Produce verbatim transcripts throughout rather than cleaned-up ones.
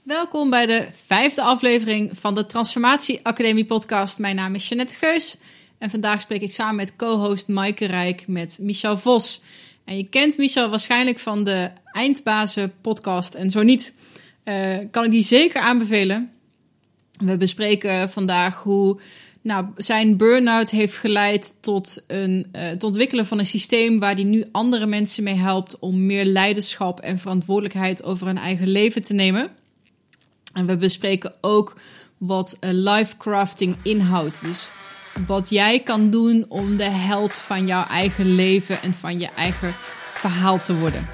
Welkom bij de vijfde aflevering van de Transformatie Academie podcast. Mijn naam is Jeanette Geus en vandaag spreek ik samen met co-host Maaike Rijk met Michel Vos. En je kent Michel waarschijnlijk van de Eindbazen podcast en zo niet, uh, kan ik die zeker aanbevelen. We bespreken vandaag hoe nou, zijn burn-out heeft geleid tot een, uh, het ontwikkelen van een systeem waar hij nu andere mensen mee helpt om meer leiderschap en verantwoordelijkheid over hun eigen leven te nemen. En we bespreken ook wat uh, life crafting inhoudt. Dus wat jij kan doen om de held van jouw eigen leven en van je eigen verhaal te worden.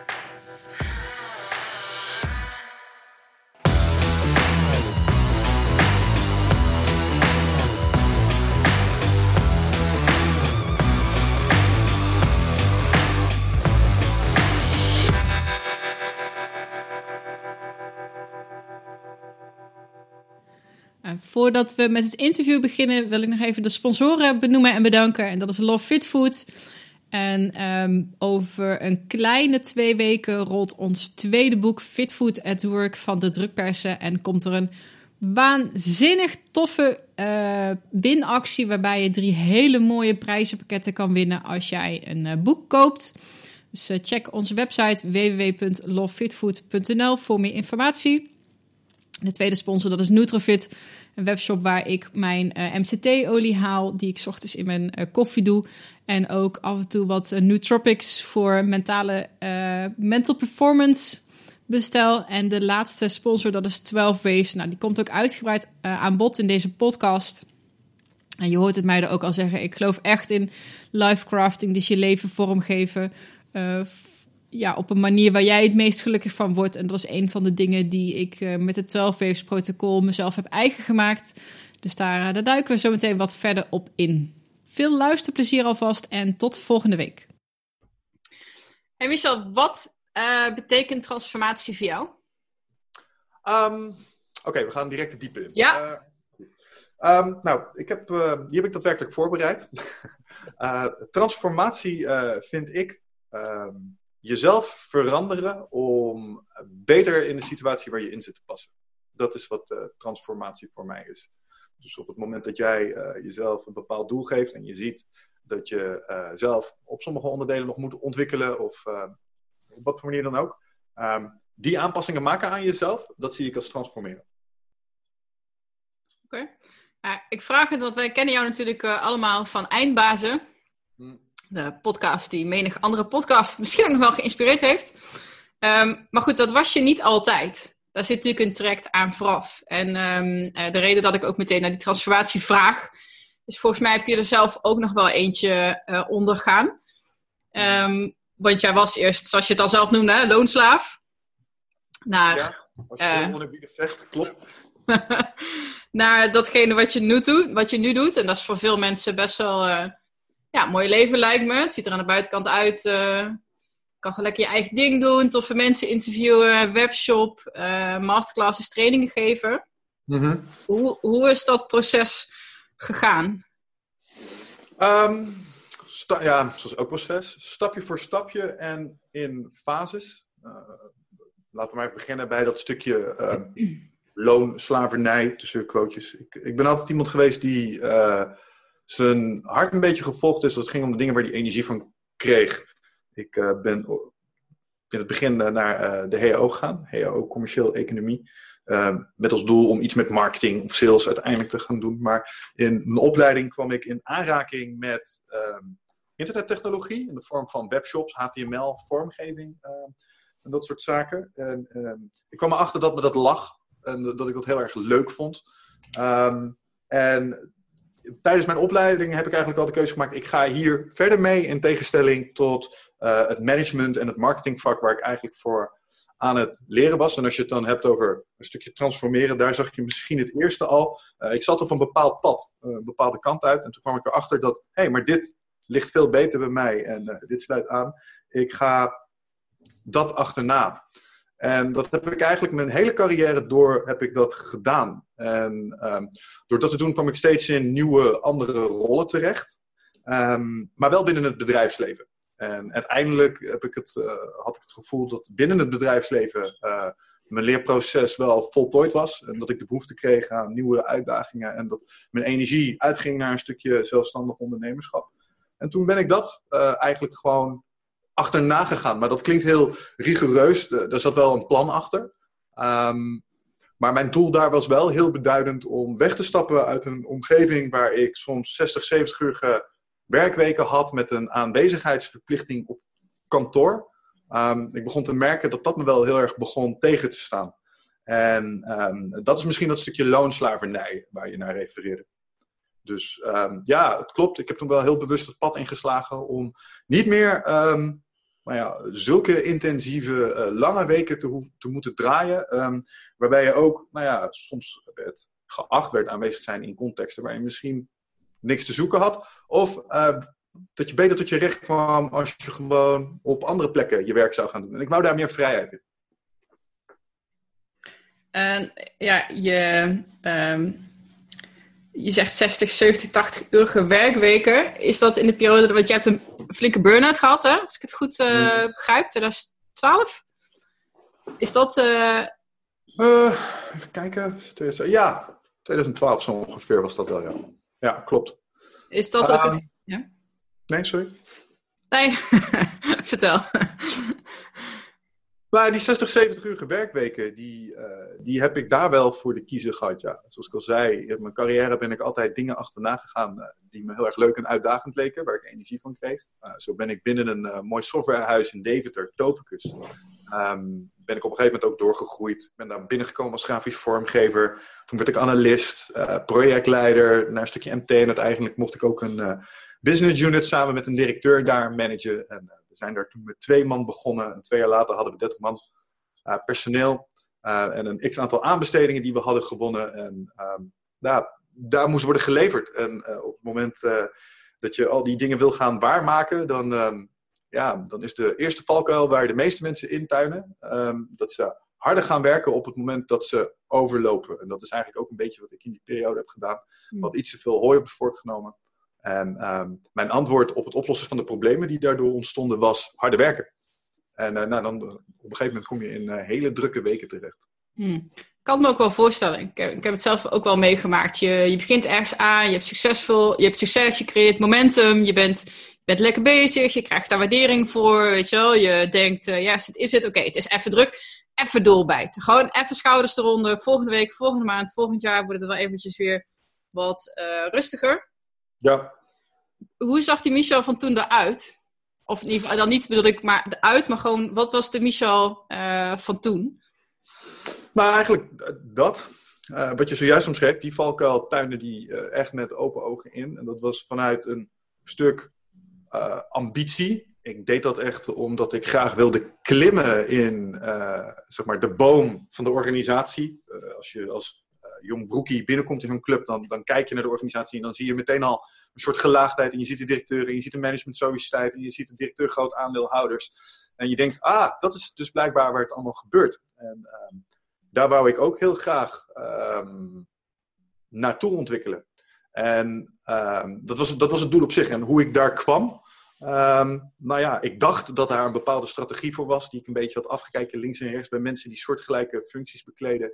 Voordat we met het interview beginnen, wil ik nog even de sponsoren benoemen en bedanken. En dat is Love Fit Food. En um, over een kleine twee weken rolt ons tweede boek Fit Food at Work van de drukpersen. En komt er een waanzinnig toffe uh, winactie waarbij je drie hele mooie prijzenpakketten kan winnen als jij een uh, boek koopt. Dus uh, check onze website w w w punt love fit food punt n l voor meer informatie. De tweede sponsor, dat is Nutrofit, een webshop waar ik mijn uh, M C T-olie haal, die ik 's ochtends in mijn uh, koffie doe. En ook af en toe wat uh, nootropics voor mentale uh, mental performance bestel. En de laatste sponsor, dat is twaalf Waves. Nou, die komt ook uitgebreid uh, aan bod in deze podcast. En je hoort het mij er ook al zeggen, ik geloof echt in life crafting, dus je leven vormgeven. Uh, Ja, op een manier waar jij het meest gelukkig van wordt. En dat is een van de dingen die ik uh, met het twaalf Waves protocol mezelf heb eigen gemaakt. Dus daar, uh, daar duiken we zo meteen wat verder op in. Veel luisterplezier alvast en tot volgende week. Hey Michel, wat uh, betekent transformatie voor jou? Um, Oké, okay, we gaan direct de diepe in. Ja. Uh, um, nou, ik heb, uh, hier heb ik daadwerkelijk voorbereid. uh, transformatie uh, vind ik... Um, jezelf veranderen om beter in de situatie waar je in zit te passen. Dat is wat uh, transformatie voor mij is. Dus op het moment dat jij uh, jezelf een bepaald doel geeft en je ziet dat je uh, zelf op sommige onderdelen nog moet ontwikkelen of uh, op wat voor manier dan ook, um, die aanpassingen maken aan jezelf, dat zie ik als transformeren. Oké. Okay. Uh, ik vraag het, want wij kennen jou natuurlijk uh, allemaal van Eindbazen. Hmm. De podcast die menig andere podcast misschien ook nog wel geïnspireerd heeft. Um, maar goed, dat was je niet altijd. Daar zit natuurlijk een traject aan vooraf. En um, uh, de reden dat ik ook meteen naar die transformatie vraag, is volgens mij heb je er zelf ook nog wel eentje uh, ondergaan. Um, want jij was eerst, zoals je het al zelf noemde, hè, loonslaaf. Naar, ja, als je uh, oneerbiedig zegt, klopt. naar datgene wat je, nu doet, wat je nu doet. En dat is voor veel mensen best wel... Uh, Ja, een mooi leven lijkt me. Het ziet er aan de buitenkant uit. Uh, je kan gewoon lekker je eigen ding doen. Toffe mensen interviewen. Webshop. Uh, masterclasses, trainingen geven. Mm-hmm. Hoe, hoe is dat proces gegaan? Um, sta- ja, zoals ook proces. Stapje voor stapje en in fases. Uh, laten we maar even beginnen bij dat stukje uh, loonslavernij tussen quotejes. Ik, ik ben altijd iemand geweest die... Uh, zijn hart een beetje gevolgd is. Dat het ging om de dingen waar hij energie van kreeg. Ik uh, ben in het begin uh, naar uh, de H A O gegaan. H A O, commercieel economie. Uh, met als doel om iets met marketing of sales uiteindelijk te gaan doen. Maar in mijn opleiding kwam ik in aanraking met uh, internettechnologie. In de vorm van webshops, H T M L, vormgeving. Uh, en dat soort zaken. En, uh, ik kwam erachter dat me dat lag. En dat ik dat heel erg leuk vond. Um, en... Tijdens mijn opleiding heb ik eigenlijk al de keuze gemaakt. Ik ga hier verder mee in tegenstelling tot uh, het management en het marketingvak waar ik eigenlijk voor aan het leren was. En als je het dan hebt over een stukje transformeren, daar zag je misschien het eerste al. Uh, ik zat op een bepaald pad, uh, een bepaalde kant uit. En toen kwam ik erachter dat, hé, hey, maar dit ligt veel beter bij mij. En uh, dit sluit aan. Ik ga dat achterna. En dat heb ik eigenlijk mijn hele carrière door heb ik dat gedaan. En um, door dat te doen kwam ik steeds in nieuwe, andere rollen terecht. Um, maar wel binnen het bedrijfsleven. En uiteindelijk heb ik het, uh, had ik het gevoel dat binnen het bedrijfsleven uh, mijn leerproces wel voltooid was. En dat ik de behoefte kreeg aan nieuwe uitdagingen. En dat mijn energie uitging naar een stukje zelfstandig ondernemerschap. En toen ben ik dat uh, eigenlijk gewoon achterna gegaan. Maar dat klinkt heel rigoureus. Er zat wel een plan achter. Um, maar mijn doel daar was wel heel beduidend om weg te stappen uit een omgeving waar ik soms zestig, zeventig uur werkweken had met een aanwezigheidsverplichting op kantoor. Um, ik begon te merken dat dat me wel heel erg begon tegen te staan. En um, dat is misschien dat stukje loonslavernij waar je naar refereerde. Dus um, ja, het klopt. Ik heb toen wel heel bewust het pad ingeslagen om niet meer um, nou ja, zulke intensieve uh, lange weken te, ho- te moeten draaien. Um, waarbij je ook nou ja, soms werd geacht werd aanwezig te zijn in contexten waar je misschien niks te zoeken had. Of uh, dat je beter tot je recht kwam als je gewoon op andere plekken je werk zou gaan doen. En ik wou daar meer vrijheid in. En ja, je, um, je zegt zestig, zeventig, tachtig uur werkweken. Is dat in de periode, want je hebt een flinke burn-out gehad, hè? Als ik het goed uh, begrijp, twintig twaalf? Is dat... Uh... Uh, even kijken. Ja, twintig twaalf zo ongeveer was dat wel, ja. Ja, klopt. Is dat ook... Um, het... ja? Nee, sorry. Nee, vertel. Maar die zestig, zeventig uur werkweken, die, uh, die heb ik daar wel voor de kiezer gehad, ja. Zoals ik al zei, in mijn carrière ben ik altijd dingen achterna gegaan uh, die me heel erg leuk en uitdagend leken, waar ik energie van kreeg. Uh, zo ben ik binnen een uh, mooi softwarehuis in Deventer, Topicus, um, ben ik op een gegeven moment ook doorgegroeid. Ik ben daar binnengekomen als grafisch vormgever. Toen werd ik analist, uh, projectleider, naar een stukje M T en uiteindelijk mocht ik ook een uh, business unit samen met een directeur daar managen. En, uh, we zijn daar toen met twee man begonnen. En twee jaar later hadden we dertig man uh, personeel. Uh, en een x-aantal aanbestedingen die we hadden gewonnen. En um, nou, daar moest worden geleverd. En uh, op het moment uh, dat je al die dingen wil gaan waarmaken, dan, um, ja, dan is de eerste valkuil waar de meeste mensen intuinen. Um, dat ze harder gaan werken op het moment dat ze overlopen. En dat is eigenlijk ook een beetje wat ik in die periode heb gedaan. Ik had iets te veel hooi op de vork genomen. En um, mijn antwoord op het oplossen van de problemen die daardoor ontstonden was harder werken. En uh, nou, dan, op een gegeven moment kom je in uh, hele drukke weken terecht. Hmm. Ik kan me ook wel voorstellen. Ik heb, ik heb het zelf ook wel meegemaakt. Je, je begint ergens aan, je hebt succesvol, je hebt succes, je creëert momentum, je bent, je bent lekker bezig, je krijgt daar waardering voor, weet je wel. Je denkt, uh, ja, yes, het is het, oké, okay, het is even druk, even doorbijten. Gewoon even schouders eronder, volgende week, volgende maand, volgend jaar wordt het wel eventjes weer wat uh, rustiger. Ja. Hoe zag die Michel van toen eruit? Of in ieder geval, dan niet bedoel ik maar eruit, maar gewoon, wat was de Michel uh, van toen? Nou, eigenlijk dat. Uh, wat je zojuist omschreef, die valkuil tuinde die uh, echt met open ogen in. En dat was vanuit een stuk uh, ambitie. Ik deed dat echt omdat ik graag wilde klimmen in uh, zeg maar de boom van de organisatie. Uh, als je als uh, jong broekie binnenkomt in zo'n club, dan, dan kijk je naar de organisatie en dan zie je meteen al een soort gelaagdheid. En je ziet de directeur en je ziet de management sociëteit en je ziet de directeur groot aandeelhouders. En je denkt, ah, dat is dus blijkbaar waar het allemaal gebeurt. En uh, daar wou ik ook heel graag um, naartoe ontwikkelen. En um, dat, was, dat was het doel op zich. En hoe ik daar kwam, um, nou ja, ik dacht dat daar een bepaalde strategie voor was, die ik een beetje had afgekeken links en rechts bij mensen die soortgelijke functies bekleden.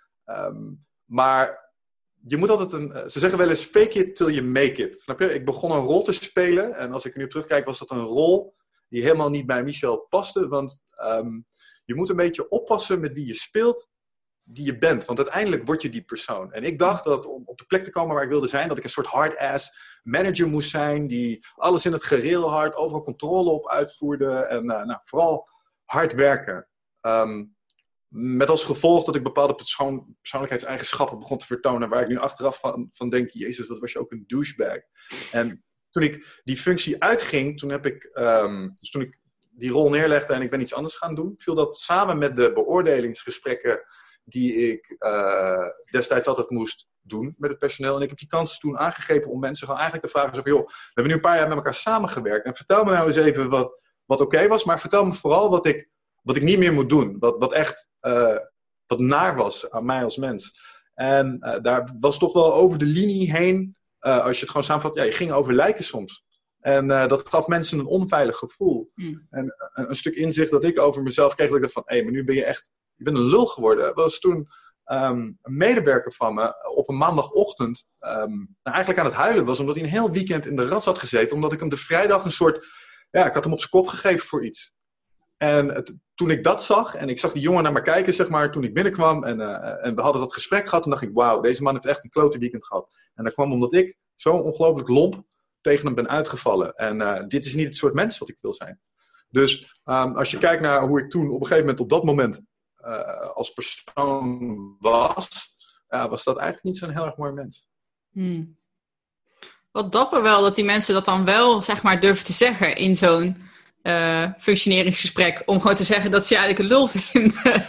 Um, maar je moet altijd een, ze zeggen wel eens fake it till you make it. Snap je? Ik begon een rol te spelen en als ik er nu op terugkijk was dat een rol die helemaal niet bij Michel paste. Want um, je moet een beetje oppassen met wie je speelt, die je bent. Want uiteindelijk word je die persoon. En ik dacht dat om op de plek te komen waar ik wilde zijn, dat ik een soort hard-ass manager moest zijn, die alles in het gereel hard, overal controle op uitvoerde en uh, nou, vooral hard werken. Um, met als gevolg dat ik bepaalde persoon, persoonlijkheidseigenschappen begon te vertonen, waar ik nu achteraf van, van denk, jezus, wat was je ook een douchebag. En toen ik die functie uitging, toen heb ik, um, dus toen ik die rol neerlegde en ik ben iets anders gaan doen, viel dat samen met de beoordelingsgesprekken die ik uh, destijds altijd moest doen met het personeel. En ik heb die kans toen aangegrepen om mensen gewoon eigenlijk te vragen, zo van, joh, we hebben nu een paar jaar met elkaar samengewerkt en vertel me nou eens even wat, wat oké okay was, maar vertel me vooral wat ik, wat ik niet meer moet doen. Wat, wat echt uh, wat naar was aan mij als mens. En uh, daar was toch wel over de linie heen, uh, als je het gewoon samenvat, ja, je ging over lijken soms. En uh, dat gaf mensen een onveilig gevoel. Mm. En uh, een stuk inzicht dat ik over mezelf kreeg, dat ik dacht van, hé, hey, maar nu ben je echt je bent een lul geworden, was toen um, een medewerker van me op een maandagochtend um, nou eigenlijk aan het huilen was, omdat hij een heel weekend in de rat had gezeten, omdat ik hem de vrijdag een soort, ja, ik had hem op zijn kop gegeven voor iets. En het, toen ik dat zag, en ik zag die jongen naar me kijken, zeg maar, toen ik binnenkwam, en, uh, en we hadden dat gesprek gehad, toen dacht ik, wauw, deze man heeft echt een klote weekend gehad. En dat kwam omdat ik zo ongelooflijk lomp tegen hem ben uitgevallen. En uh, dit is niet het soort mens wat ik wil zijn. Dus um, als je kijkt naar hoe ik toen op een gegeven moment op dat moment uh, als persoon was, uh, was dat eigenlijk niet zo'n heel erg mooi mens. Hmm. Wat dapper wel dat die mensen dat dan wel, zeg maar, durven te zeggen in zo'n uh, functioneringsgesprek. Om gewoon te zeggen dat ze je eigenlijk een lul vinden.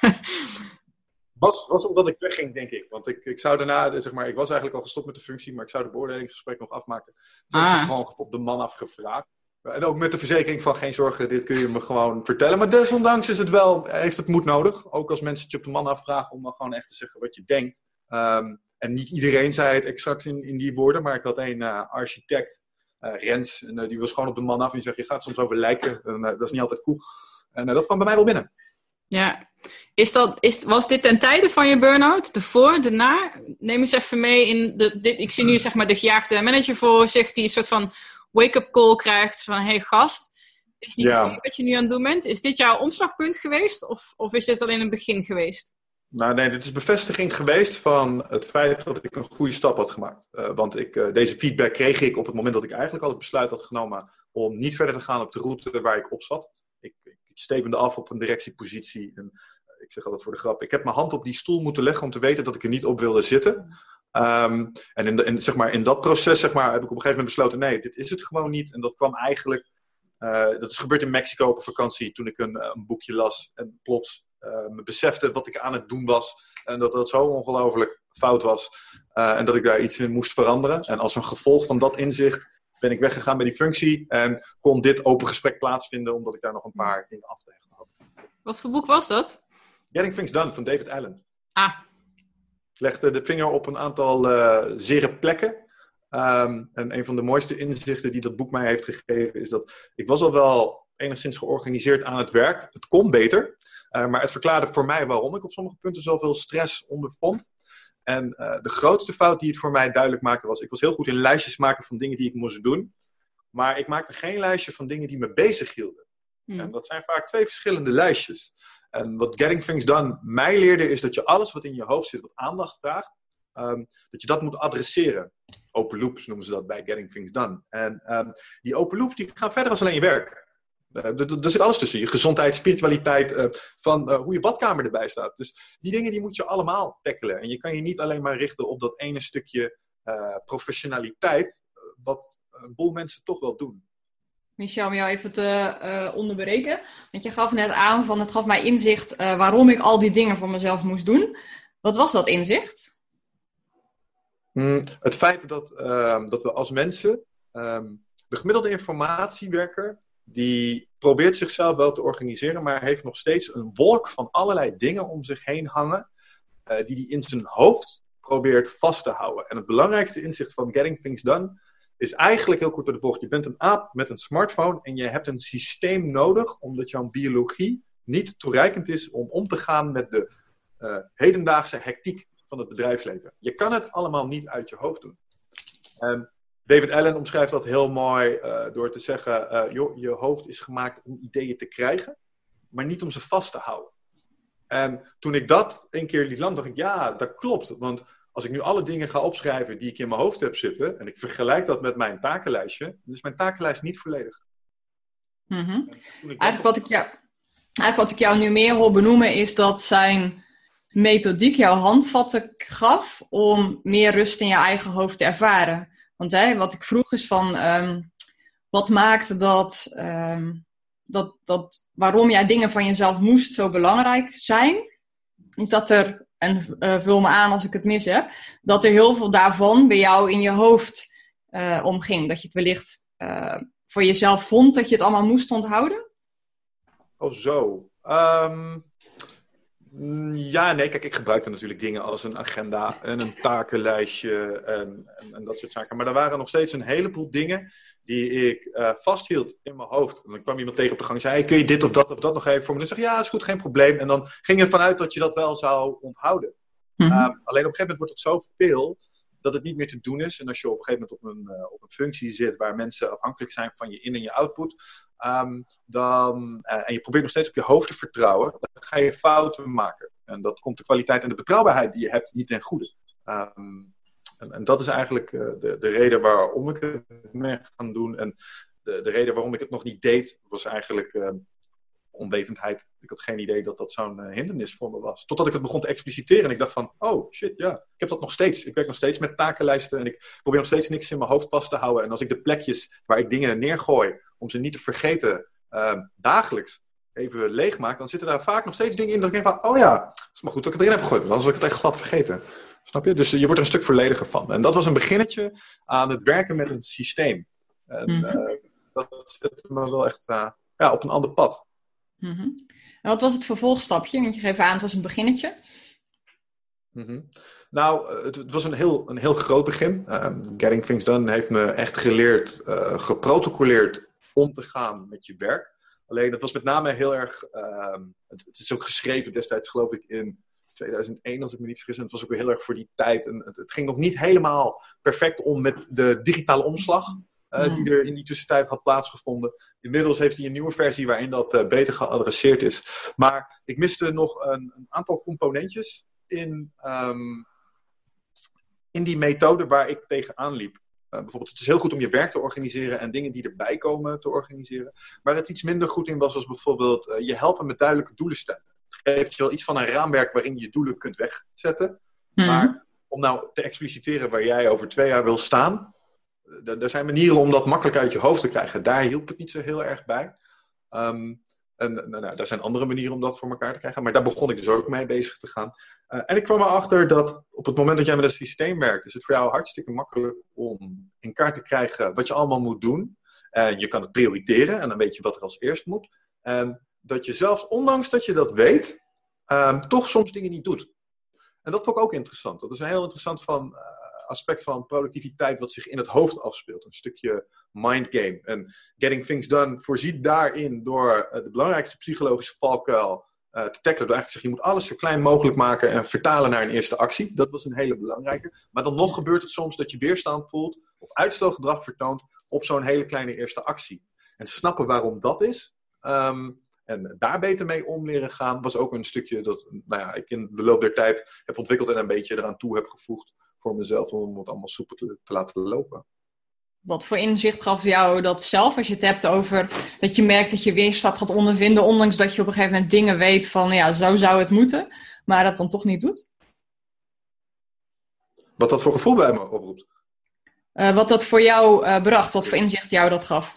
Was, was omdat ik wegging, denk ik. Want ik, ik zou daarna, zeg maar, ik was eigenlijk al gestopt met de functie, maar ik zou de beoordelingsgesprek nog afmaken. Dus ah. ik heb gewoon op de man afgevraagd. En ook met de verzekering van geen zorgen, dit kun je me gewoon vertellen. Maar desondanks is het wel, heeft het moed nodig. Ook als mensen het je op de man afvragen om dan gewoon echt te zeggen wat je denkt. Um, en niet iedereen zei het exact in, in die woorden, maar ik had een uh, architect, uh, Rens, en uh, die was gewoon op de man af en die zegt, je gaat soms over lijken. En, uh, dat is niet altijd cool. En uh, dat kwam bij mij wel binnen. Ja, is dat, is, was dit ten tijde van je burn-out? De voor, de na? Neem eens even mee in de, dit, ik zie nu zeg maar de gejaagde manager voor zich die een soort van wake-up call krijgt van, hey gast, dit is niet ja. wat je nu aan het doen bent. Is dit jouw omslagpunt geweest of, of is dit alleen een begin geweest? Nou nee, dit is bevestiging geweest van het feit dat ik een goede stap had gemaakt. Uh, want ik, uh, deze feedback kreeg ik op het moment dat ik eigenlijk al het besluit had genomen om niet verder te gaan op de route waar ik op zat. Ik, ik stevende af op een directiepositie. En uh, ik zeg altijd voor de grap, ik heb mijn hand op die stoel moeten leggen om te weten dat ik er niet op wilde zitten. Um, en in, de, in, zeg maar, in dat proces zeg maar, heb ik op een gegeven moment besloten, nee, dit is het gewoon niet. En dat kwam eigenlijk, uh, dat is gebeurd in Mexico op een vakantie toen ik een, een boekje las en plots uh, me besefte wat ik aan het doen was. En dat dat zo ongelooflijk fout was. Uh, en dat ik daar iets in moest veranderen. En als een gevolg van dat inzicht ben ik weggegaan bij die functie en kon dit open gesprek plaatsvinden omdat ik daar nog een paar dingen af te hechten had. Wat voor boek was dat? Getting Things Done van David Allen. Ah. Ik legde de vinger op een aantal uh, zere plekken. Um, en een van de mooiste inzichten die dat boek mij heeft gegeven is dat ik was al wel enigszins georganiseerd aan het werk. Het kon beter, uh, maar het verklaarde voor mij waarom ik op sommige punten zoveel stress ondervond. En uh, de grootste fout die het voor mij duidelijk maakte was, ik was heel goed in lijstjes maken van dingen die ik moest doen. Maar ik maakte geen lijstje van dingen die me bezig hielden. Hmm. En dat zijn vaak twee verschillende lijstjes. En wat Getting Things Done mij leerde is dat je alles wat in je hoofd zit, wat aandacht vraagt, um, dat je dat moet adresseren. Open loops noemen ze dat bij Getting Things Done. En um, die open loops die gaan verder als alleen je werk. Uh, er zit alles tussen. Je gezondheid, spiritualiteit, uh, van uh, hoe je badkamer erbij staat. Dus die dingen die moet je allemaal tackelen. En je kan je niet alleen maar richten op dat ene stukje uh, professionaliteit, uh, wat een boel mensen toch wel doen. Michel, om jou even te uh, onderbreken. Want je gaf net aan van het gaf mij inzicht uh, waarom ik al die dingen voor mezelf moest doen. Wat was dat inzicht? Mm, het feit dat, uh, dat we als mensen, um, de gemiddelde informatiewerker, die probeert zichzelf wel te organiseren, maar heeft nog steeds een wolk van allerlei dingen om zich heen hangen, uh, die hij in zijn hoofd probeert vast te houden. En het belangrijkste inzicht van Getting Things Done is eigenlijk heel kort door de bocht. Je bent een aap met een smartphone en je hebt een systeem nodig, omdat jouw biologie niet toereikend is om om te gaan met de uh, hedendaagse hectiek van het bedrijfsleven. Je kan het allemaal niet uit je hoofd doen. En David Allen omschrijft dat heel mooi uh, door te zeggen, uh, joh, je hoofd is gemaakt om ideeën te krijgen, maar niet om ze vast te houden. En toen ik dat een keer liet landen, dacht ik, ja, dat klopt. Want als ik nu alle dingen ga opschrijven die ik in mijn hoofd heb zitten, en ik vergelijk dat met mijn takenlijstje, dan is mijn takenlijst niet volledig. Mm-hmm. Eigenlijk, wat ik jou, eigenlijk wat ik jou nu meer hoor benoemen, is dat zijn methodiek jou handvatten gaf om meer rust in je eigen hoofd te ervaren. Want hè, wat ik vroeg is van, um, wat maakte dat, um, dat, dat, waarom jij dingen van jezelf moest zo belangrijk zijn, is dat er, en uh, vul me aan als ik het mis heb, dat er heel veel daarvan bij jou in je hoofd uh, omging. Dat je het wellicht uh, voor jezelf vond dat je het allemaal moest onthouden? Oh zo. Um, Ja, nee, kijk, ik gebruikte natuurlijk dingen als een agenda en een takenlijstje en, en, en dat soort zaken. Maar er waren nog steeds een heleboel dingen die ik uh, vasthield in mijn hoofd. En dan kwam iemand tegen op de gang en zei, hey, kun je dit of dat of dat nog even voor me doen? En ik zeg, ja, is goed, geen probleem. En dan ging je ervan uit dat je dat wel zou onthouden. Mm-hmm. Uh, alleen op een gegeven moment wordt het zoveel dat het niet meer te doen is. En als je op een gegeven moment op een, uh, op een functie zit waar mensen afhankelijk zijn van je in- en je output, um, dan, uh, en je probeert nog steeds op je hoofd te vertrouwen, dan ga je fouten maken. En dat komt de kwaliteit en de betrouwbaarheid die je hebt niet ten goede. Um, en, en dat is eigenlijk uh, de, de reden waarom ik het mee ga doen. En de, de reden waarom ik het nog niet deed, was eigenlijk uh, onwetendheid. Ik had geen idee dat dat zo'n uh, hindernis voor me was. Totdat ik het begon te expliciteren en ik dacht van, oh shit, ja, ik heb dat nog steeds. Ik werk nog steeds met takenlijsten en ik probeer nog steeds niks in mijn hoofd vast te houden. En als ik de plekjes waar ik dingen neergooi, om ze niet te vergeten, uh, dagelijks even leeg maak, dan zitten daar vaak nog steeds dingen in dat ik denk van, oh ja, het is maar goed dat ik het erin heb gegooid, want anders had ik het echt glad vergeten. Snap je? Dus uh, je wordt er een stuk vollediger van. En dat was een beginnetje aan het werken met een systeem. En mm-hmm. uh, dat zet me wel echt uh, ja, op een ander pad. Mm-hmm. En wat was het vervolgstapje? Want je geeft aan, het was een beginnetje. Mm-hmm. Nou, het, het was een heel, een heel groot begin. Um, Getting Things Done heeft me echt geleerd, uh, geprotocoleerd om te gaan met je werk. Alleen, het was met name heel erg... Uh, het, het is ook geschreven destijds, geloof ik, in tweeduizend één, als ik me niet vergis. En het was ook weer heel erg voor die tijd. En het, het ging nog niet helemaal perfect om met de digitale omslag Uh, mm. die er in die tussentijd had plaatsgevonden. Inmiddels heeft hij een nieuwe versie waarin dat uh, beter geadresseerd is. Maar ik miste nog een, een aantal componentjes in, um, in die methode waar ik tegenaan liep. Uh, bijvoorbeeld, het is heel goed om je werk te organiseren en dingen die erbij komen te organiseren. Waar het iets minder goed in was, was bijvoorbeeld uh, je helpen met duidelijke doelen stellen. Het geeft je wel iets van een raamwerk waarin je je doelen kunt wegzetten. Mm. Maar om nou te expliciteren waar jij over twee jaar wil staan, er zijn manieren om dat makkelijk uit je hoofd te krijgen. Daar hielp het niet zo heel erg bij. Um, en nou, nou, daar zijn andere manieren om dat voor elkaar te krijgen. Maar daar begon ik dus ook mee bezig te gaan. Uh, en ik kwam erachter dat op het moment dat jij met een systeem werkt, is het voor jou hartstikke makkelijk om in kaart te krijgen wat je allemaal moet doen. Uh, je kan het prioriteren en dan weet je wat er als eerst moet. En dat je zelfs, ondanks dat je dat weet, um, toch soms dingen niet doet. En dat vond ik ook interessant. Dat is een heel interessant van... Uh, aspect van productiviteit wat zich in het hoofd afspeelt. Een stukje mindgame. En Getting Things Done voorziet daarin door uh, de belangrijkste psychologische valkuil uh, te tackelen. Door eigenlijk te zeggen, je moet alles zo klein mogelijk maken en vertalen naar een eerste actie. Dat was een hele belangrijke. Maar dan nog gebeurt het soms dat je weerstand voelt of uitstelgedrag vertoont op zo'n hele kleine eerste actie. En snappen waarom dat is, um, en daar beter mee om leren gaan, was ook een stukje dat nou ja, ik in de loop der tijd heb ontwikkeld en een beetje eraan toe heb gevoegd voor mezelf om het allemaal soepel te, te laten lopen. Wat voor inzicht gaf jou dat zelf, als je het hebt over dat je merkt dat je weerstand gaat ondervinden, ondanks dat je op een gegeven moment dingen weet van, ja, zo zou het moeten, maar dat dan toch niet doet? Wat dat voor gevoel bij me oproept? Uh, wat dat voor jou uh, bracht, wat voor inzicht jou dat gaf?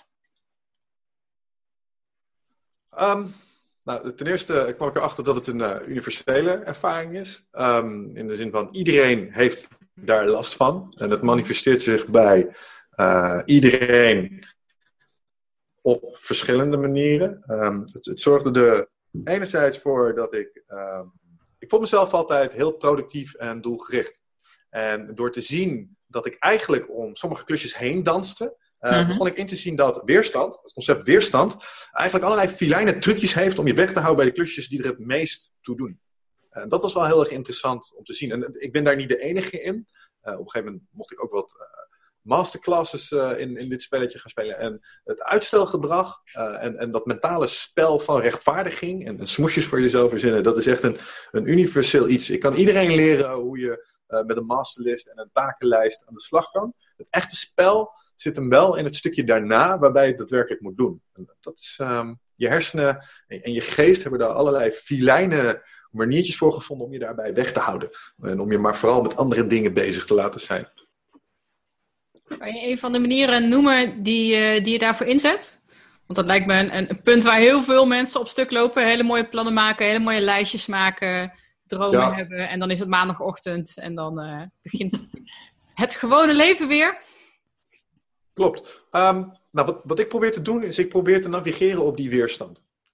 Um, nou, ten eerste kwam ik erachter dat het een uh, universele ervaring is. Um, in de zin van, iedereen heeft daar last van. En het manifesteert zich bij uh, iedereen op verschillende manieren. Um, het, het zorgde er enerzijds voor dat ik... Um, ik vond mezelf altijd heel productief en doelgericht. En door te zien dat ik eigenlijk om sommige klusjes heen danste, Uh, mm-hmm. begon ik in te zien dat weerstand, het concept weerstand, eigenlijk allerlei filijne trucjes heeft om je weg te houden bij de klusjes die er het meest toe doen. En uh, dat was wel heel erg interessant om te zien. En uh, ik ben daar niet de enige in. Uh, op een gegeven moment mocht ik ook wat uh, masterclasses uh, in, in dit spelletje gaan spelen. En het uitstelgedrag uh, en, en dat mentale spel van rechtvaardiging en, en smoesjes voor jezelf verzinnen, dat is echt een, een universeel iets. Ik kan iedereen leren hoe je uh, met een masterlist en een takenlijst aan de slag kan. Het echte spel zit hem wel in het stukje daarna waarbij je het daadwerkelijk moet doen. En dat is, um, je hersenen en, en je geest hebben daar allerlei filijne maniertjes voor gevonden om je daarbij weg te houden. En om je maar vooral met andere dingen bezig te laten zijn. Kan je een van de manieren noemen die, uh, die je daarvoor inzet? Want dat lijkt me een, een punt waar heel veel mensen op stuk lopen. Hele mooie plannen maken, hele mooie lijstjes maken, dromen ja. hebben. En dan is het maandagochtend en dan uh, begint het gewone leven weer. Klopt. Um, nou, wat, wat ik probeer te doen is, ik probeer te navigeren op die weerstand.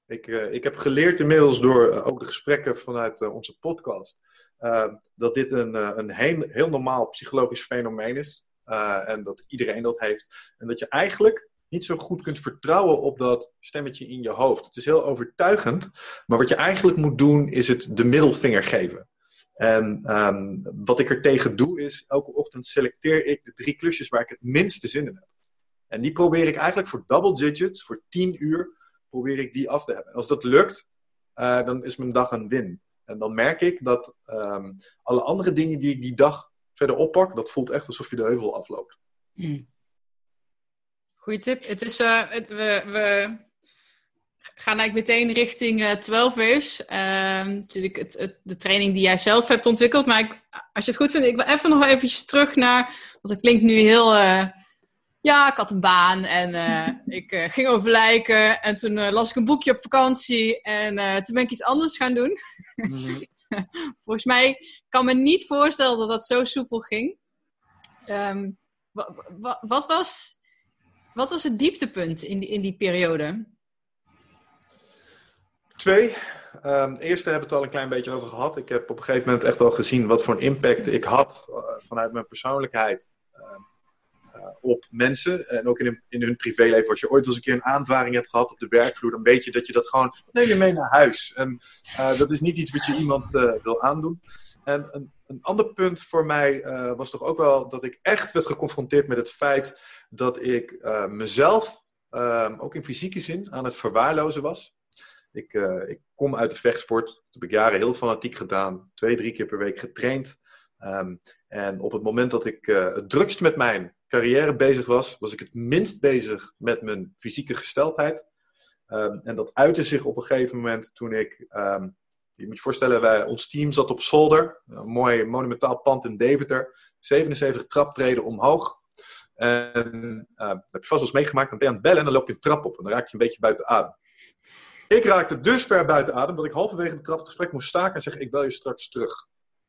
Ik, uh, ik heb geleerd inmiddels door uh, ook de gesprekken vanuit uh, onze podcast, uh, dat dit een, uh, een heel, heel normaal psychologisch fenomeen is. Uh, en dat iedereen dat heeft. En dat je eigenlijk niet zo goed kunt vertrouwen op dat stemmetje in je hoofd. Het is heel overtuigend, maar wat je eigenlijk moet doen is het de middelvinger geven. En um, wat ik er tegen doe is, elke ochtend selecteer ik de drie klusjes waar ik het minste zin in heb. En die probeer ik eigenlijk voor double digits, voor tien uur, probeer ik die af te hebben. En als dat lukt, uh, dan is mijn dag een win. En dan merk ik dat um, alle andere dingen die ik die dag verder oppak, dat voelt echt alsof je de heuvel afloopt. Mm. Goeie tip. Het is, uh, het, we, we gaan eigenlijk meteen richting uh, twaalf waves. Uh, natuurlijk het, het, de training die jij zelf hebt ontwikkeld. Maar ik, als je het goed vindt, ik wil even nog eventjes terug naar, want het klinkt nu heel... Uh, Ja, ik had een baan en uh, ik uh, ging over lijken. En toen uh, las ik een boekje op vakantie. En uh, toen ben ik iets anders gaan doen. Mm-hmm. Volgens mij kan me niet voorstellen dat dat zo soepel ging. Um, wa- wa- wat, was, wat was het dieptepunt in die, in die periode? Twee. Um, de eerste hebben we het al een klein beetje over gehad. Ik heb op een gegeven moment echt wel gezien wat voor een impact ik had uh, vanuit mijn persoonlijkheid. Um, Uh, op mensen en ook in hun, in hun privéleven. Als je ooit eens een keer een aanvaring hebt gehad op de werkvloer, dan weet je dat je dat gewoon neem je mee naar huis. En uh, dat is niet iets wat je iemand uh, wil aandoen. En een, een ander punt voor mij uh, was toch ook wel dat ik echt werd geconfronteerd met het feit dat ik uh, mezelf, uh, ook in fysieke zin, aan het verwaarlozen was. Ik, uh, ik kom uit de vechtsport. Dat heb ik jaren heel fanatiek gedaan. Twee, drie keer per week getraind. Um, en op het moment dat ik uh, het drukst met mijn carrière bezig was, was ik het minst bezig met mijn fysieke gesteldheid. Um, en dat uitte zich op een gegeven moment toen ik, um, je moet je voorstellen, wij, ons team zat op zolder, een mooi monumentaal pand in Deventer, zevenenzeventig traptreden omhoog. En uh, heb je vast wel eens meegemaakt, dan ben je aan het bellen en dan loop je een trap op en dan raak je een beetje buiten adem. Ik raakte dus ver buiten adem dat ik halverwege de trap het gesprek moest staken en zeggen, ik bel je straks terug.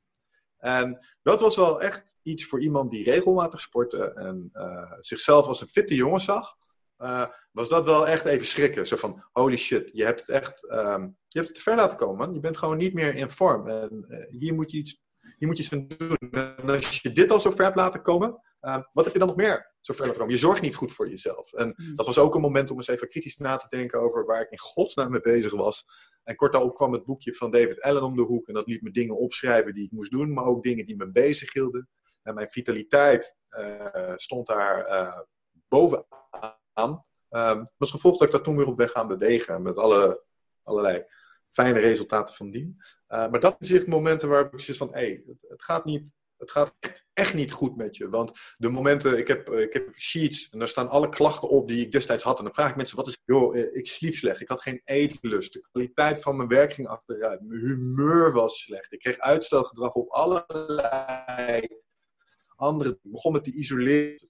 En dat was wel echt iets voor iemand die regelmatig sportte en uh, zichzelf als een fitte jongen zag. Uh, was dat wel echt even schrikken. Zo van, holy shit, je hebt het echt um, je hebt het te ver laten komen, man. Je bent gewoon niet meer in vorm. En uh, hier moet je iets, hier moet je iets aan doen. En als je dit al zo ver hebt laten komen, uh, wat heb je dan nog meer zo ver laten komen? Je zorgt niet goed voor jezelf. En dat was ook een moment om eens even kritisch na te denken over waar ik in godsnaam mee bezig was. En kort daarop kwam het boekje van David Allen om de hoek. En dat liet me dingen opschrijven die ik moest doen. Maar ook dingen die me bezig hielden. En mijn vitaliteit uh, stond daar uh, bovenaan. Um, als gevolg dat ik daar toen weer op ben gaan bewegen. Met alle, allerlei fijne resultaten van dien. Uh, maar dat zijn momenten waar ik zoiets van... Hé, hey, het, het gaat niet... Het gaat echt, echt niet goed met je. Want de momenten, ik heb, ik heb sheets en daar staan alle klachten op die ik destijds had. En dan vraag ik mensen, wat is joh, ik sliep slecht. Ik had geen eetlust. De kwaliteit van mijn werk ging achteruit. Mijn humeur was slecht. Ik kreeg uitstelgedrag op allerlei andere. Ik begon met te isoleren.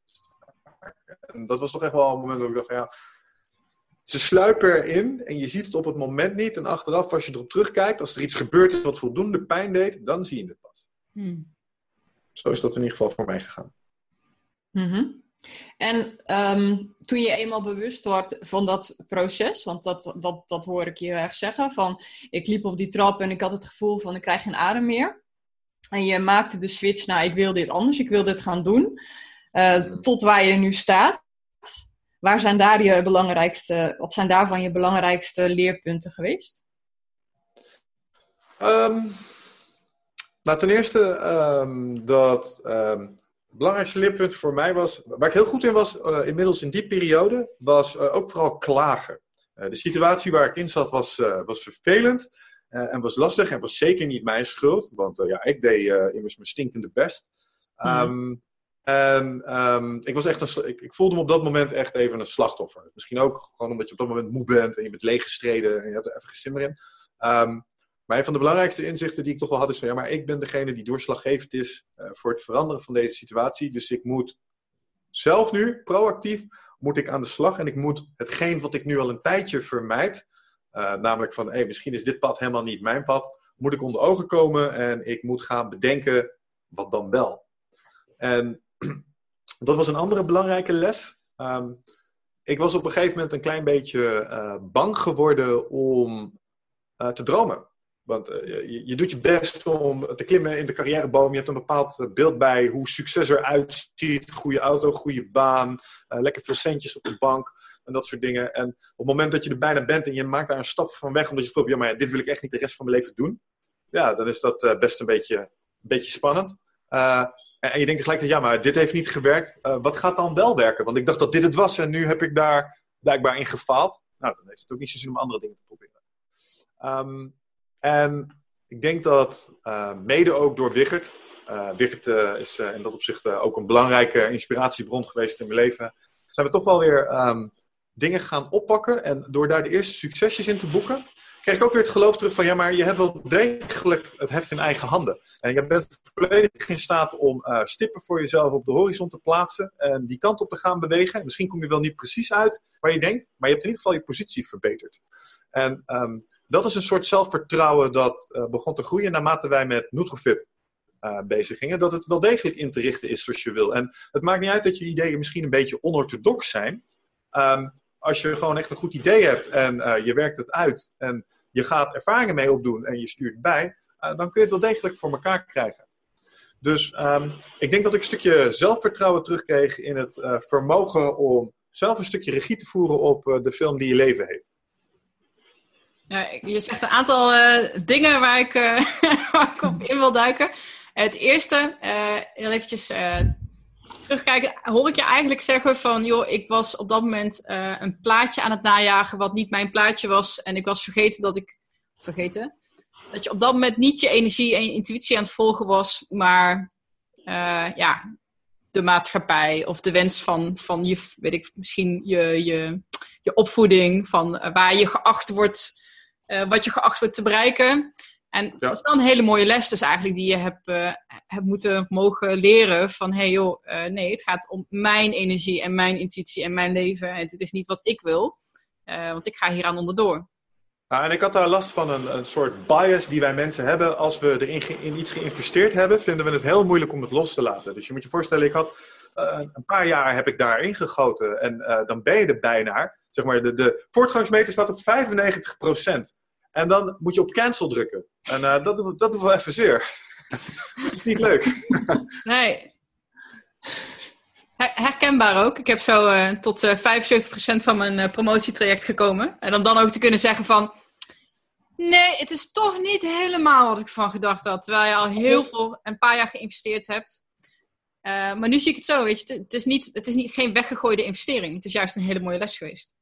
En dat was toch echt wel een moment waar ik dacht, ja... Ze sluipen erin en je ziet het op het moment niet. En achteraf, als je erop terugkijkt, als er iets gebeurd is wat voldoende pijn deed, dan zie je het pas. Hmm. Zo is dat in ieder geval voor mij gegaan. Mm-hmm. En um, toen je eenmaal bewust wordt van dat proces, want dat, dat, dat hoor ik je heel erg zeggen, van ik liep op die trap en ik had het gevoel van ik krijg geen adem meer. En je maakte de switch naar ik wil dit anders, ik wil dit gaan doen. Uh, tot waar je nu staat. Waar zijn daar je belangrijkste, wat zijn daarvan je belangrijkste leerpunten geweest? Um... Nou, ten eerste, um, dat um, het belangrijkste leerpunt voor mij was, waar ik heel goed in was, uh, inmiddels in die periode, was uh, ook vooral klagen. Uh, de situatie waar ik in zat was, uh, was vervelend uh, en was lastig en was zeker niet mijn schuld, want uh, ja, ik deed uh, immers mijn stinkende best. Um, mm. En um, ik, was echt een, ik, ik voelde me op dat moment echt even een slachtoffer. Misschien ook gewoon omdat je op dat moment moe bent en je bent leeggestreden en je hebt er even geen zin meer in. Um, Maar een van de belangrijkste inzichten die ik toch wel had is van ja, maar ik ben degene die doorslaggevend is uh, voor het veranderen van deze situatie. Dus ik moet zelf nu, proactief, moet ik aan de slag. En ik moet hetgeen wat ik nu al een tijdje vermijd, uh, namelijk van hey, misschien is dit pad helemaal niet mijn pad, moet ik onder ogen komen en ik moet gaan bedenken wat dan wel. En dat was een andere belangrijke les. Um, ik was op een gegeven moment een klein beetje uh, bang geworden om uh, te dromen. Want uh, je, je doet je best om te klimmen in de carrièreboom. Je hebt een bepaald beeld bij hoe succes eruit ziet. Goede auto, goede baan, uh, lekker veel centjes op de bank en dat soort dingen. En op het moment dat je er bijna bent en je maakt daar een stap van weg, omdat je voelt, ja, maar dit wil ik echt niet de rest van mijn leven doen. Ja, dan is dat uh, best een beetje, een beetje spannend. Uh, en, en je denkt gelijk, ja, maar dit heeft niet gewerkt. Uh, wat gaat dan wel werken? Want ik dacht dat dit het was en nu heb ik daar blijkbaar in gefaald. Nou, dan heeft het ook niet zo zin om andere dingen te proberen. Um, En ik denk dat uh, mede ook door Wichert. Uh, Wichert uh, is uh, in dat opzicht uh, ook een belangrijke inspiratiebron geweest in mijn leven. Zijn we toch wel weer um, dingen gaan oppakken. En door daar de eerste succesjes in te boeken, kreeg ik ook weer het geloof terug van, ja, maar je hebt wel degelijk het heft in eigen handen. En je bent volledig in staat om uh, stippen voor jezelf op de horizon te plaatsen. En die kant op te gaan bewegen. Misschien kom je wel niet precies uit waar je denkt, maar je hebt in ieder geval je positie verbeterd. En um, dat is een soort zelfvertrouwen dat uh, begon te groeien naarmate wij met Nutrofit uh, bezig gingen. Dat het wel degelijk in te richten is zoals je wil. En het maakt niet uit dat je ideeën misschien een beetje onorthodox zijn. Um, als je gewoon echt een goed idee hebt en uh, je werkt het uit en je gaat ervaringen mee opdoen en je stuurt bij, uh, dan kun je het wel degelijk voor elkaar krijgen. Dus um, ik denk dat ik een stukje zelfvertrouwen terugkreeg in het uh, vermogen om zelf een stukje regie te voeren op uh, de film die je leven heeft. Ja, je zegt een aantal uh, dingen waar ik, uh, waar ik op in wil duiken. Het eerste, uh, heel eventjes uh, terugkijken, hoor ik je eigenlijk zeggen van, joh, ik was op dat moment uh, een plaatje aan het najagen wat niet mijn plaatje was. En ik was vergeten dat ik, vergeten, dat je op dat moment niet je energie en je intuïtie aan het volgen was, maar uh, ja, de maatschappij of de wens van, van je, weet ik, misschien je, je, je opvoeding, van uh, waar je geacht wordt, Uh, wat je geacht wordt te bereiken. En ja. Dat is wel een hele mooie les dus eigenlijk die je hebt, uh, hebt moeten mogen leren van, hey joh, uh, nee, het gaat om mijn energie en mijn intuïtie en mijn leven. En dit is niet wat ik wil, uh, want ik ga hieraan onderdoor. Ja, en ik had daar last van een, een soort bias die wij mensen hebben. Als we erin ge- in iets geïnvesteerd hebben, vinden we het heel moeilijk om het los te laten. Dus je moet je voorstellen, ik had uh, een paar jaar heb ik daarin gegoten en uh, dan ben je er bijna. Zeg maar, de, de voortgangsmeter staat op vijfennegentig procent. En dan moet je op cancel drukken. En uh, dat, dat doet wel even zeer. Dat is niet leuk. Nee. Her- herkenbaar ook. Ik heb zo uh, tot uh, vijfenzeventig procent van mijn uh, promotietraject gekomen. En om dan ook te kunnen zeggen van, nee, het is toch niet helemaal wat ik van gedacht had. Terwijl je al heel veel, een paar jaar geïnvesteerd hebt. Uh, maar nu zie ik het zo, weet je. Het is, niet, het is niet, geen weggegooide investering. Het is juist een hele mooie les geweest.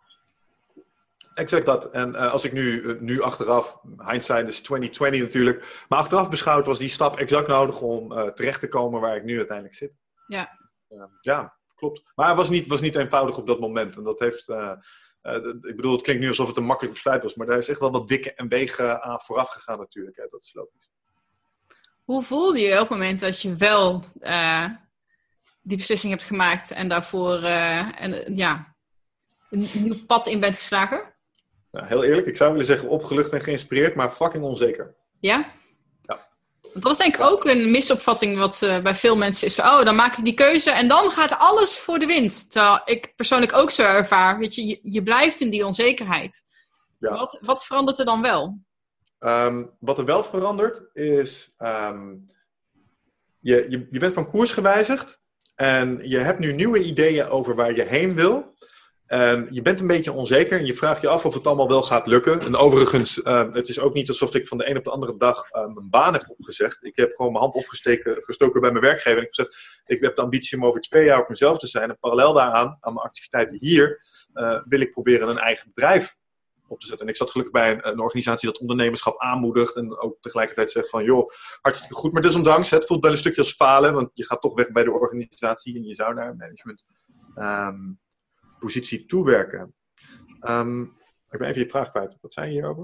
Exact dat. En uh, als ik nu, nu achteraf, hindsight is twintig twintig natuurlijk, maar achteraf beschouwd was die stap exact nodig om uh, terecht te komen waar ik nu uiteindelijk zit. Ja. Uh, ja, klopt. Maar het was niet, was niet eenvoudig op dat moment. En dat heeft, uh, uh, ik bedoel, het klinkt nu alsof het een makkelijk besluit was, maar daar is echt wel wat dikke en wegen aan vooraf gegaan natuurlijk. Hè. Dat is logisch. Hoe voelde je op het moment dat je wel uh, die beslissing hebt gemaakt en daarvoor uh, en, ja, een nieuw pad in bent geslagen? Nou, heel eerlijk, ik zou willen zeggen opgelucht en geïnspireerd, maar fucking onzeker. Ja? Ja. Want dat is denk ik ook een misopvatting wat uh, bij veel mensen is. Oh, dan maak ik die keuze en dan gaat alles voor de wind. Terwijl ik persoonlijk ook zo ervaar. Weet je, je, je blijft in die onzekerheid. Ja. Wat, wat verandert er dan wel? Um, wat er wel verandert is, um, je, je, je bent van koers gewijzigd en je hebt nu nieuwe ideeën over waar je heen wil. En je bent een beetje onzeker en je vraagt je af of het allemaal wel gaat lukken. En overigens, uh, het is ook niet alsof ik van de een op de andere dag uh, mijn baan heb opgezegd. Ik heb gewoon mijn hand opgestoken gestoken bij mijn werkgever. En ik heb gezegd, ik heb de ambitie om over twee jaar op mezelf te zijn. En parallel daaraan, aan mijn activiteiten hier, uh, wil ik proberen een eigen bedrijf op te zetten. En ik zat gelukkig bij een, een organisatie dat ondernemerschap aanmoedigt. En ook tegelijkertijd zegt van, joh, hartstikke goed. Maar desondanks, het voelt wel een stukje als falen. Want je gaat toch weg bij de organisatie en je zou naar management Um, positie toewerken. Um, ik ben even je vraag kwijt. Wat zei je hierover?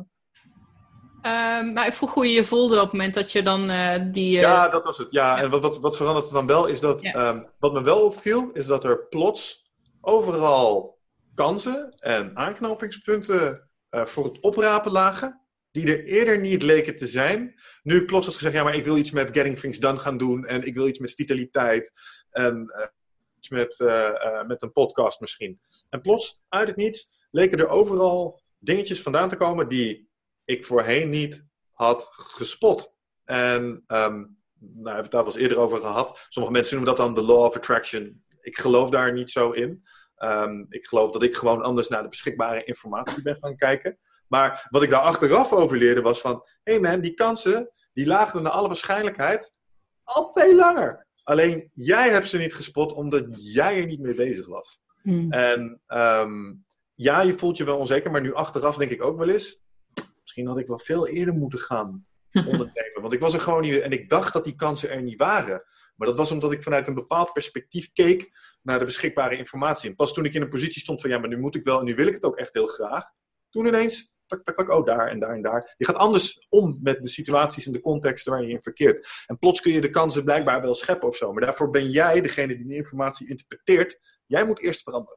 Um, maar ik vroeg hoe je je voelde op het moment dat je dan uh, die... Uh... Ja, dat was het. Ja, ja. En wat, wat, wat verandert er dan wel is dat... Ja. Um, wat me wel opviel, is dat er plots overal kansen en aanknopingspunten uh, voor het oprapen lagen, die er eerder niet leken te zijn. Nu plots had gezegd, ja, maar ik wil iets met getting things done gaan doen en ik wil iets met vitaliteit en... Uh, met, uh, uh, met een podcast misschien. En plots, uit het niets, leken er overal dingetjes vandaan te komen die ik voorheen niet had gespot. En um, nou, we hebben het daar wel eens eerder over gehad. Sommige mensen noemen dat dan de law of attraction. Ik geloof daar niet zo in. Um, ik geloof dat ik gewoon anders naar de beschikbare informatie ben gaan kijken. Maar wat ik daar achteraf over leerde was van... Hé hey man, die kansen, die lagen naar alle waarschijnlijkheid al veel langer. Alleen jij hebt ze niet gespot omdat jij er niet mee bezig was. Hmm. En um, ja, je voelt je wel onzeker, maar nu achteraf denk ik ook wel eens... Misschien had ik wel veel eerder moeten gaan ondernemen. Want ik was er gewoon niet... En ik dacht dat die kansen er niet waren. Maar dat was omdat ik vanuit een bepaald perspectief keek naar de beschikbare informatie. En pas toen ik in een positie stond van... Ja, maar nu moet ik wel en nu wil ik het ook echt heel graag. Toen ineens... Tak, tak, tak, oh, daar en daar en daar. Je gaat anders om met de situaties en de contexten waar je in verkeert. En plots kun je de kansen blijkbaar wel scheppen of zo. Maar daarvoor ben jij degene die de informatie interpreteert. Jij moet eerst veranderen.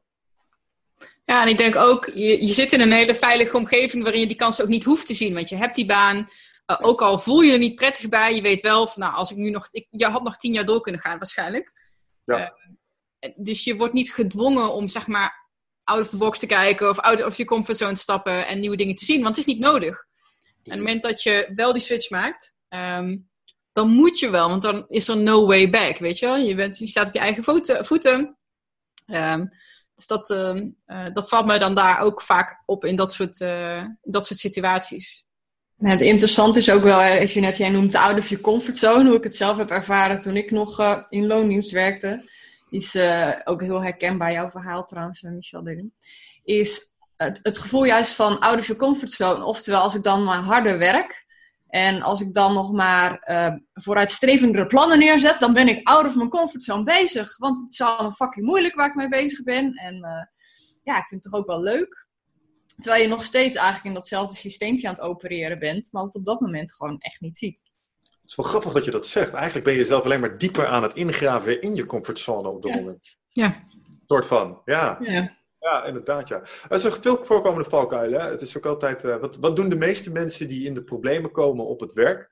Ja, en ik denk ook, je, je zit in een hele veilige omgeving waarin je die kansen ook niet hoeft te zien. Want je hebt die baan, uh, ook al voel je er niet prettig bij. Je weet wel, van, nou, als ik nu nog... Ik, je had nog tien jaar door kunnen gaan waarschijnlijk. Ja. Uh, dus je wordt niet gedwongen om, zeg maar... out of the box te kijken of out of je comfortzone te stappen en nieuwe dingen te zien. Want het is niet nodig. En op het moment dat je wel die switch maakt, um, dan moet je wel. Want dan is er no way back, weet je wel. Je, bent, je staat op je eigen voeten. voeten. Um, dus dat, uh, uh, dat valt me dan daar ook vaak op in dat soort, uh, dat soort situaties. Ja, het interessante is ook wel, als je net jij noemt out of your comfortzone, hoe ik het zelf heb ervaren toen ik nog uh, in loondienst werkte. Is uh, ook heel herkenbaar, jouw verhaal trouwens, Michelle Dillon. Is het, het gevoel juist van out of your comfort zone. Oftewel, als ik dan maar harder werk. En als ik dan nog maar uh, vooruitstrevendere plannen neerzet. Dan ben ik out of mijn comfortzone bezig. Want het is allemaal fucking moeilijk waar ik mee bezig ben. En uh, ja, ik vind het toch ook wel leuk. Terwijl je nog steeds eigenlijk in datzelfde systeempje aan het opereren bent. Maar het op dat moment gewoon echt niet ziet. Het is wel grappig dat je dat zegt. Eigenlijk ben je jezelf alleen maar dieper aan het ingraven in je comfortzone op dat ja. moment. Ja. Een soort van, ja. Ja, ja inderdaad, ja. Dat is een veel voorkomende valkuil, hè. Het is ook altijd... Uh, wat, wat doen de meeste mensen die in de problemen komen op het werk?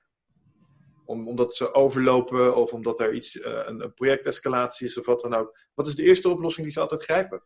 Om, omdat ze overlopen of omdat er iets, uh, een, een projectescalatie is of wat dan ook. Wat is de eerste oplossing die ze altijd grijpen?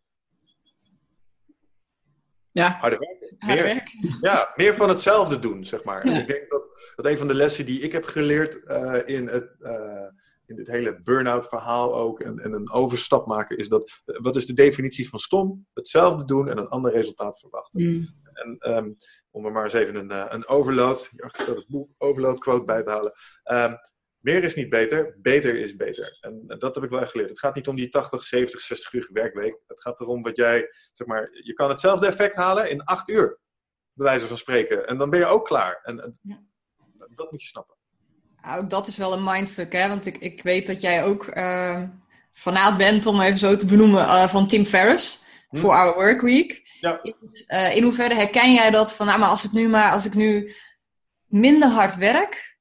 Ja. Harder werken. Harder Meer, werken. Ja, meer van hetzelfde doen, zeg maar. Ja. En ik denk dat, dat een van de lessen die ik heb geleerd uh, in, het, uh, in dit hele burn-out verhaal ook en, en een overstap maken, is dat, uh, wat is de definitie van stom? Hetzelfde doen en een ander resultaat verwachten. Mm. En um, om er maar eens even een, uh, een overload, hierachter staat het boek, overload quote bij te halen. Um, meer is niet beter, beter is beter. En uh, dat heb ik wel echt geleerd. Het gaat niet om die tachtig, zeventig, zestig uur werkweek. Het gaat erom wat jij, zeg maar, je kan hetzelfde effect halen in acht uur. Bij wijze van spreken. En dan ben je ook klaar. En, en ja. Dat moet je snappen. Nou, dat is wel een mindfuck, hè. Want ik, ik weet dat jij ook uh, fanaat bent, om even zo te benoemen, uh, van Tim Ferriss. Hm. Voor Our Work Week. Ja. Uh, in hoeverre herken jij dat van, nou, maar als, het nu maar als ik nu minder hard werk,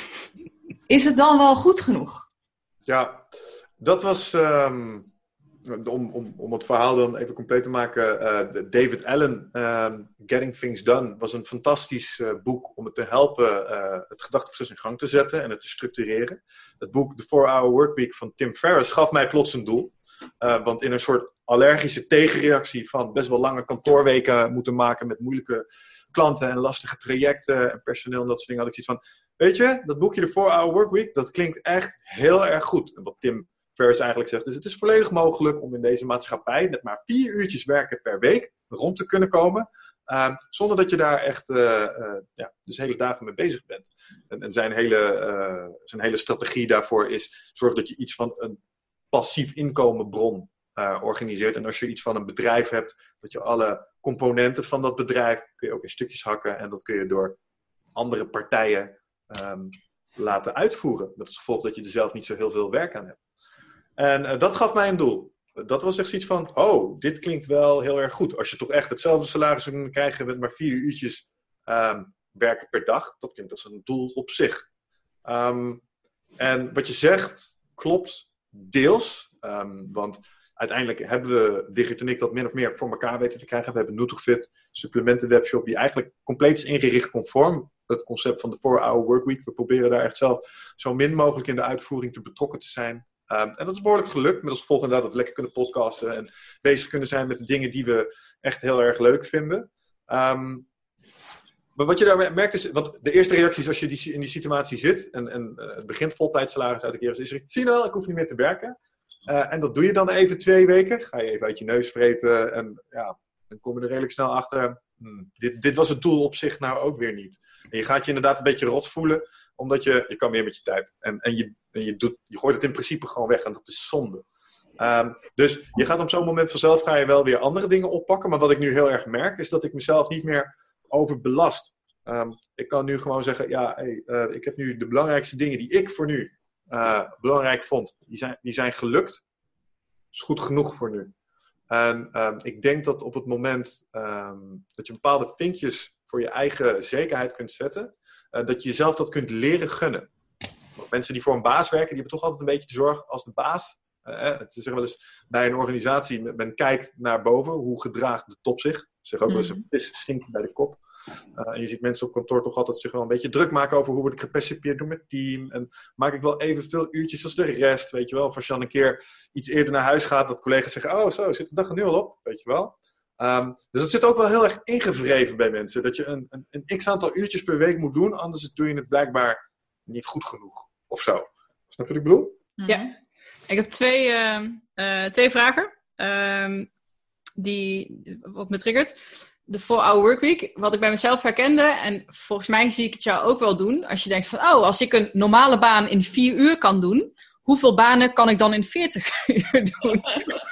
is het dan wel goed genoeg? Ja, dat was... Um... Om, om, om het verhaal dan even compleet te maken. Uh, David Allen, um, Getting Things Done, was een fantastisch uh, boek om het te helpen uh, het gedachteproces in gang te zetten en het te structureren. Het boek The four hour Workweek van Tim Ferriss gaf mij plots een doel. Uh, want in een soort allergische tegenreactie van best wel lange kantoorweken moeten maken met moeilijke klanten en lastige trajecten en personeel en dat soort dingen, had ik zoiets van, weet je, dat boekje The four hour Workweek, dat klinkt echt heel erg goed. En wat Tim Ferriss eigenlijk zegt, dus het is volledig mogelijk om in deze maatschappij met maar vier uurtjes werken per week rond te kunnen komen, uh, zonder dat je daar echt uh, uh, ja, dus hele dagen mee bezig bent. En, en zijn, hele, uh, zijn hele strategie daarvoor is, zorg dat je iets van een passief inkomenbron uh, organiseert. En als je iets van een bedrijf hebt, dat je alle componenten van dat bedrijf kun je ook in stukjes hakken en dat kun je door andere partijen um, laten uitvoeren. Met het gevolg dat je er zelf niet zo heel veel werk aan hebt. En uh, dat gaf mij een doel. Dat was echt zoiets van, oh, dit klinkt wel heel erg goed. Als je toch echt hetzelfde salaris zou kunnen krijgen met maar vier uurtjes um, werken per dag. Dat klinkt als een doel op zich. Um, en wat je zegt, klopt deels. Um, want uiteindelijk hebben we, Wigert en ik, dat min of meer voor elkaar weten te krijgen. We hebben Nutrofit, supplementenwebshop, die eigenlijk compleet is ingericht conform het concept van de four hour Workweek. We proberen daar echt zelf zo min mogelijk in de uitvoering te betrokken te zijn. Um, en dat is behoorlijk gelukt. Met als gevolg inderdaad dat we lekker kunnen podcasten. En bezig kunnen zijn met de dingen die we echt heel erg leuk vinden. Um, maar wat je daar merkt is, want de eerste reacties als je die, in die situatie zit. En, en uh, het begint voltijdsalaris uit de keer. Is er, zie je wel, ik hoef niet meer te werken. Uh, en dat doe je dan even twee weken. Ga je even uit je neus vreten. En ja, dan kom je er redelijk snel achter. Hmm, dit, dit was het doel op zich nou ook weer niet. En je gaat je inderdaad een beetje rot voelen. Omdat je, je kan meer met je tijd. En, en, je, en je, doet, je gooit het in principe gewoon weg. En dat is zonde. Um, dus je gaat op zo'n moment vanzelf ga je wel weer andere dingen oppakken. Maar wat ik nu heel erg merk is dat ik mezelf niet meer overbelast. Um, ik kan nu gewoon zeggen, ja, hey, uh, ik heb nu de belangrijkste dingen die ik voor nu uh, belangrijk vond. Die zijn, die zijn gelukt. Dat is goed genoeg voor nu. En um, ik denk dat op het moment um, dat je bepaalde vinkjes voor je eigen zekerheid kunt zetten, uh, dat je jezelf dat kunt leren gunnen. Want mensen die voor een baas werken, die hebben toch altijd een beetje de zorg als de baas. Uh, ze zeggen wel eens bij een organisatie, men kijkt naar boven, hoe gedraagt de top zich. Ze zeggen ook wel eens, een vis stinkt bij de kop. Uh, en je ziet mensen op kantoor toch altijd zich wel een beetje druk maken over hoe word ik gepercipieerd door mijn team. En maak ik wel evenveel uurtjes als de rest, weet je wel. Of als je dan een keer iets eerder naar huis gaat, dat collega's zeggen, oh zo, zit de dag er nu al op, weet je wel. Um, dus dat zit ook wel heel erg ingevreven bij mensen. Dat je een, een, een x-aantal uurtjes per week moet doen, anders doe je het blijkbaar niet goed genoeg. Of zo. Snap je wat ik bedoel? Ja. Ik heb twee, uh, uh, twee vragen. Um, die, wat me triggert. De four-hour workweek, wat ik bij mezelf herkende, en volgens mij zie ik het jou ook wel doen, als je denkt van, oh, als ik een normale baan in vier uur kan doen, hoeveel banen kan ik dan in veertig uur doen?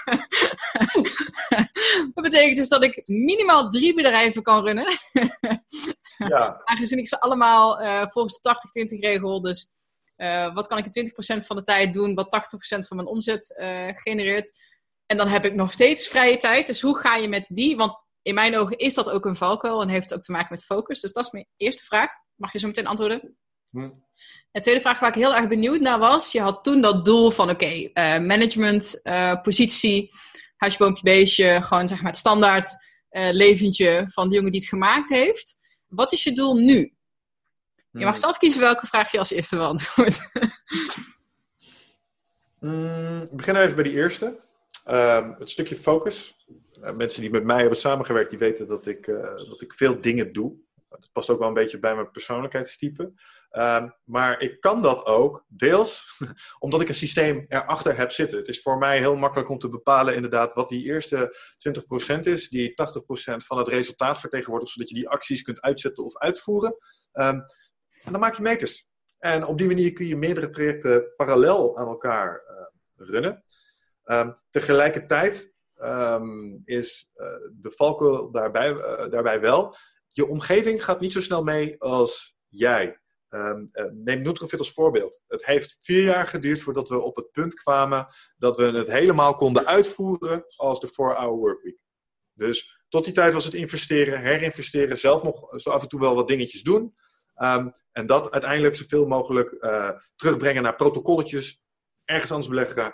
Dat betekent dus dat ik minimaal drie bedrijven kan runnen. Ja. Aangezien ik ze allemaal uh, volgens de tachtig twintig regel, dus uh, wat kan ik in twintig procent van de tijd doen, wat tachtig procent van mijn omzet uh, genereert. En dan heb ik nog steeds vrije tijd, dus hoe ga je met die, want in mijn ogen is dat ook een valkuil en heeft het ook te maken met focus. Dus dat is mijn eerste vraag. Mag je zo meteen antwoorden? Hm. De tweede vraag waar ik heel erg benieuwd naar was. Je had toen dat doel van oké, okay, uh, management, uh, positie, huisje, boompje, beestje. Gewoon zeg maar het standaard uh, leventje van de jongen die het gemaakt heeft. Wat is je doel nu? Hm. Je mag zelf kiezen welke vraag je als eerste beantwoordt. mm, ik begin even bij die eerste. Uh, het stukje focus. Uh, mensen die met mij hebben samengewerkt, die weten dat ik, uh, dat ik veel dingen doe. Dat past ook wel een beetje bij mijn persoonlijkheidstype. Uh, maar ik kan dat ook deels omdat ik een systeem erachter heb zitten. Het is voor mij heel makkelijk om te bepalen inderdaad wat die eerste twintig procent is. Die tachtig procent van het resultaat vertegenwoordigt. Zodat je die acties kunt uitzetten of uitvoeren. Um, en dan maak je meters. En op die manier kun je meerdere trajecten parallel aan elkaar uh, runnen. Um, tegelijkertijd um, is uh, de valkuil daarbij, uh, daarbij wel. Je omgeving gaat niet zo snel mee als jij. Um, uh, neem Nutrofit als voorbeeld. Het heeft vier jaar geduurd voordat we op het punt kwamen dat we het helemaal konden uitvoeren als de four-hour workweek. Dus tot die tijd was het investeren, herinvesteren, zelf nog zo af en toe wel wat dingetjes doen. Um, en dat uiteindelijk zoveel mogelijk uh, terugbrengen naar protocolletjes, ergens anders beleggen,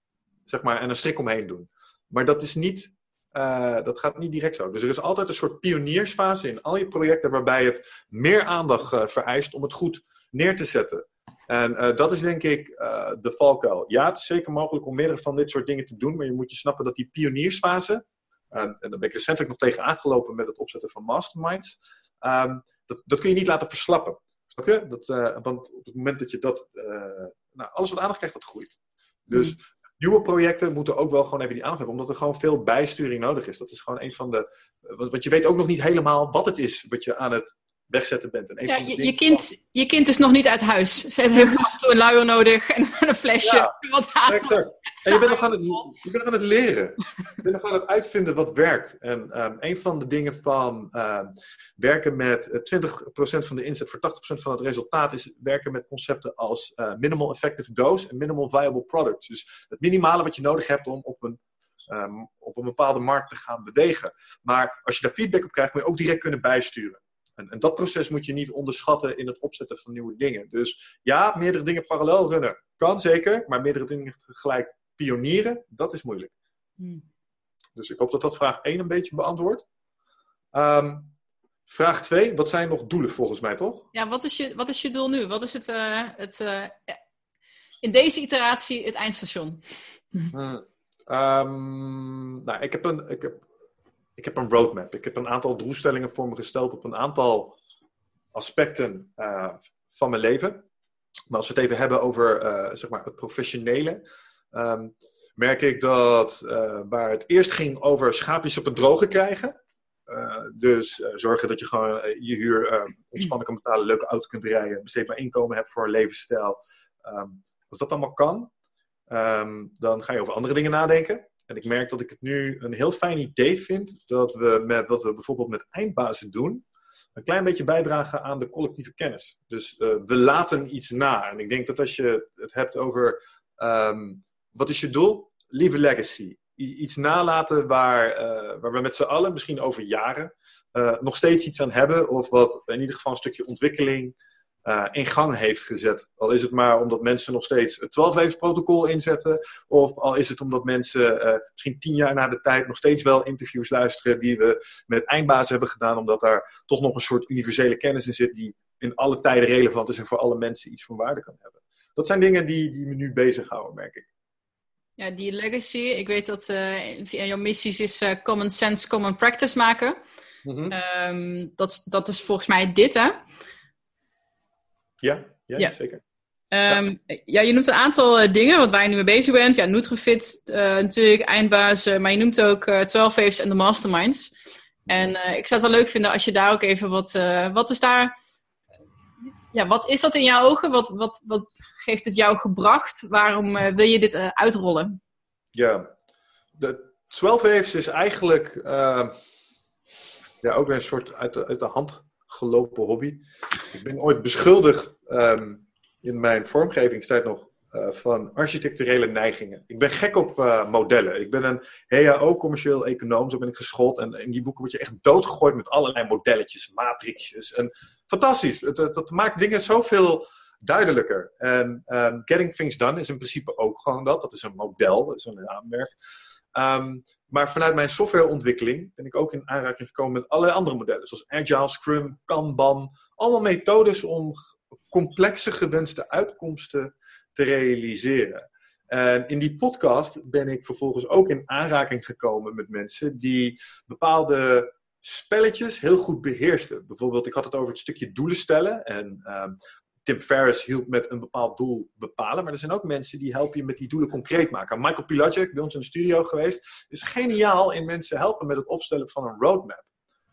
zeg maar, en een strik omheen doen. Maar dat is niet, uh, dat gaat niet direct zo. Dus er is altijd een soort pioniersfase in al je projecten waarbij het meer aandacht uh, vereist om het goed neer te zetten. En uh, dat is denk ik uh, de valkuil. Ja, het is zeker mogelijk om meerdere van dit soort dingen te doen, maar je moet je snappen dat die pioniersfase, uh, en daar ben ik recentelijk nog tegen aangelopen met het opzetten van masterminds, um, dat, dat kun je niet laten verslappen. Snap je? Dat, uh, want op het moment dat je dat, uh, nou, alles wat aandacht krijgt, dat groeit. Dus mm. nieuwe projecten moeten ook wel gewoon even die aandacht hebben, omdat er gewoon veel bijsturing nodig is. Dat is gewoon een van de, want je weet ook nog niet helemaal wat het is wat je aan het wegzetten bent. En ja, je, je, kind, je kind is nog niet uit huis. Ze heeft af en toe een luier nodig en een flesje. Ja, wat ja, exact. En je bent, nog aan het, je bent nog aan het leren. Je bent nog aan het uitvinden wat werkt. En um, een van de dingen van uh, werken met twintig procent van de inzet voor tachtig procent van het resultaat is werken met concepten als uh, minimal effective dose en minimal viable product. Dus het minimale wat je nodig hebt om op een, um, op een bepaalde markt te gaan bewegen. Maar als je daar feedback op krijgt, moet je ook direct kunnen bijsturen. En, en dat proces moet je niet onderschatten in het opzetten van nieuwe dingen. Dus ja, meerdere dingen parallel runnen kan zeker, maar meerdere dingen tegelijk pionieren, dat is moeilijk. Hmm. Dus ik hoop dat dat vraag één een beetje beantwoordt. Um, vraag twee, wat zijn nog doelen volgens mij, toch? Ja, wat is je, wat is je doel nu? Wat is het... Uh, het uh, in deze iteratie het eindstation? Hmm. Um, nou, ik heb, een, ik, heb, ik heb een roadmap. Ik heb een aantal doelstellingen voor me gesteld op een aantal aspecten uh, van mijn leven. Maar als we het even hebben over uh, zeg maar het professionele, um, merk ik dat uh, waar het eerst ging over schaapjes op het droge krijgen. Uh, dus uh, zorgen dat je gewoon uh, je huur uh, ontspannen kan betalen, een leuke auto kunt rijden, besteedbaar inkomen hebt voor een levensstijl. Um, als dat allemaal kan, um, dan ga je over andere dingen nadenken. En ik merk dat ik het nu een heel fijn idee vind dat we met wat we bijvoorbeeld met eindbazen doen, een klein beetje bijdragen aan de collectieve kennis. Dus uh, we laten iets na. En ik denk dat als je het hebt over um, wat is je doel? Leave a legacy. I- iets nalaten waar, uh, waar we met z'n allen, misschien over jaren, uh, nog steeds iets aan hebben. Of wat in ieder geval een stukje ontwikkeling uh, in gang heeft gezet. Al is het maar omdat mensen nog steeds het twaalf-levensprotocol inzetten. Of al is het omdat mensen uh, misschien tien jaar na de tijd nog steeds wel interviews luisteren die we met eindbazen hebben gedaan. Omdat daar toch nog een soort universele kennis in zit die in alle tijden relevant is en voor alle mensen iets van waarde kan hebben. Dat zijn dingen die, die me nu bezighouden, merk ik. Ja, die legacy. Ik weet dat uh, een van jouw missies is uh, common sense, common practice maken. Mm-hmm. Um, dat, dat is volgens mij dit, hè? Ja, ja, Ja. zeker. Um, ja. ja, je noemt een aantal uh, dingen wat waar je nu mee bezig bent. Ja, Nutrifit uh, natuurlijk, eindbaas. Uh, maar je noemt ook uh, twaalf waves en de masterminds. En uh, ik zou het wel leuk vinden als je daar ook even wat... Uh, wat is daar... Ja, wat is dat in jouw ogen? Wat, wat, wat heeft het jou gebracht? Waarom uh, wil je dit uh, uitrollen? Ja, de twaalf waves is eigenlijk uh, ja, ook weer een soort uit de, uit de hand gelopen hobby. Ik ben ooit beschuldigd um, in mijn vormgevingstijd nog uh, van architecturele neigingen. Ik ben gek op uh, modellen. Ik ben een H A O commercieel econoom, zo ben ik geschoold. En in die boeken word je echt doodgegooid met allerlei modelletjes, matrixjes. En fantastisch. Het, het, het maakt dingen zoveel duidelijker. En um, Getting Things Done is in principe ook gewoon dat. Dat is een model, dat is een raamwerk. Um, maar vanuit mijn softwareontwikkeling ben ik ook in aanraking gekomen met allerlei andere modellen. Zoals Agile, Scrum, Kanban. Allemaal methodes om complexe gewenste uitkomsten te realiseren. En in die podcast ben ik vervolgens ook in aanraking gekomen met mensen die bepaalde spelletjes heel goed beheersten. Bijvoorbeeld, ik had het over het stukje doelen stellen. En um, Tim Ferriss hielp met een bepaald doel bepalen. Maar er zijn ook mensen die helpen je met die doelen concreet maken. Michael Pilacic, bij ons in de studio geweest, is geniaal in mensen helpen met het opstellen van een roadmap.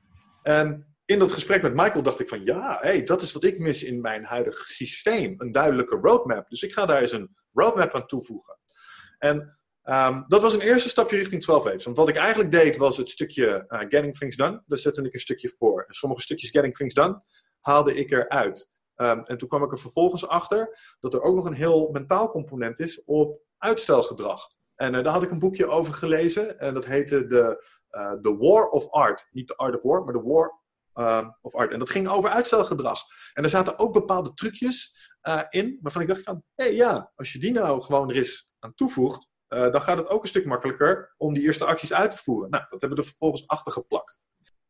En in dat gesprek met Michael dacht ik van ja, hey, dat is wat ik mis in mijn huidige systeem. Een duidelijke roadmap. Dus ik ga daar eens een roadmap aan toevoegen. En um, dat was een eerste stapje richting twaalf waves. Want wat ik eigenlijk deed was het stukje uh, Getting Things Done. Daar zette ik een stukje voor. En sommige stukjes Getting Things Done haalde ik eruit. Um, en toen kwam ik er vervolgens achter dat er ook nog een heel mentaal component is op uitstelgedrag. En uh, daar had ik een boekje over gelezen. En dat heette The, uh, The War of Art. Niet The Art of War, maar The War uh, of Art. En dat ging over uitstelgedrag. En er zaten ook bepaalde trucjes uh, in, waarvan ik dacht van, hé hey, ja, als je die nou gewoon er eens aan toevoegt, uh, dan gaat het ook een stuk makkelijker om die eerste acties uit te voeren. Nou, dat hebben we er vervolgens achter geplakt.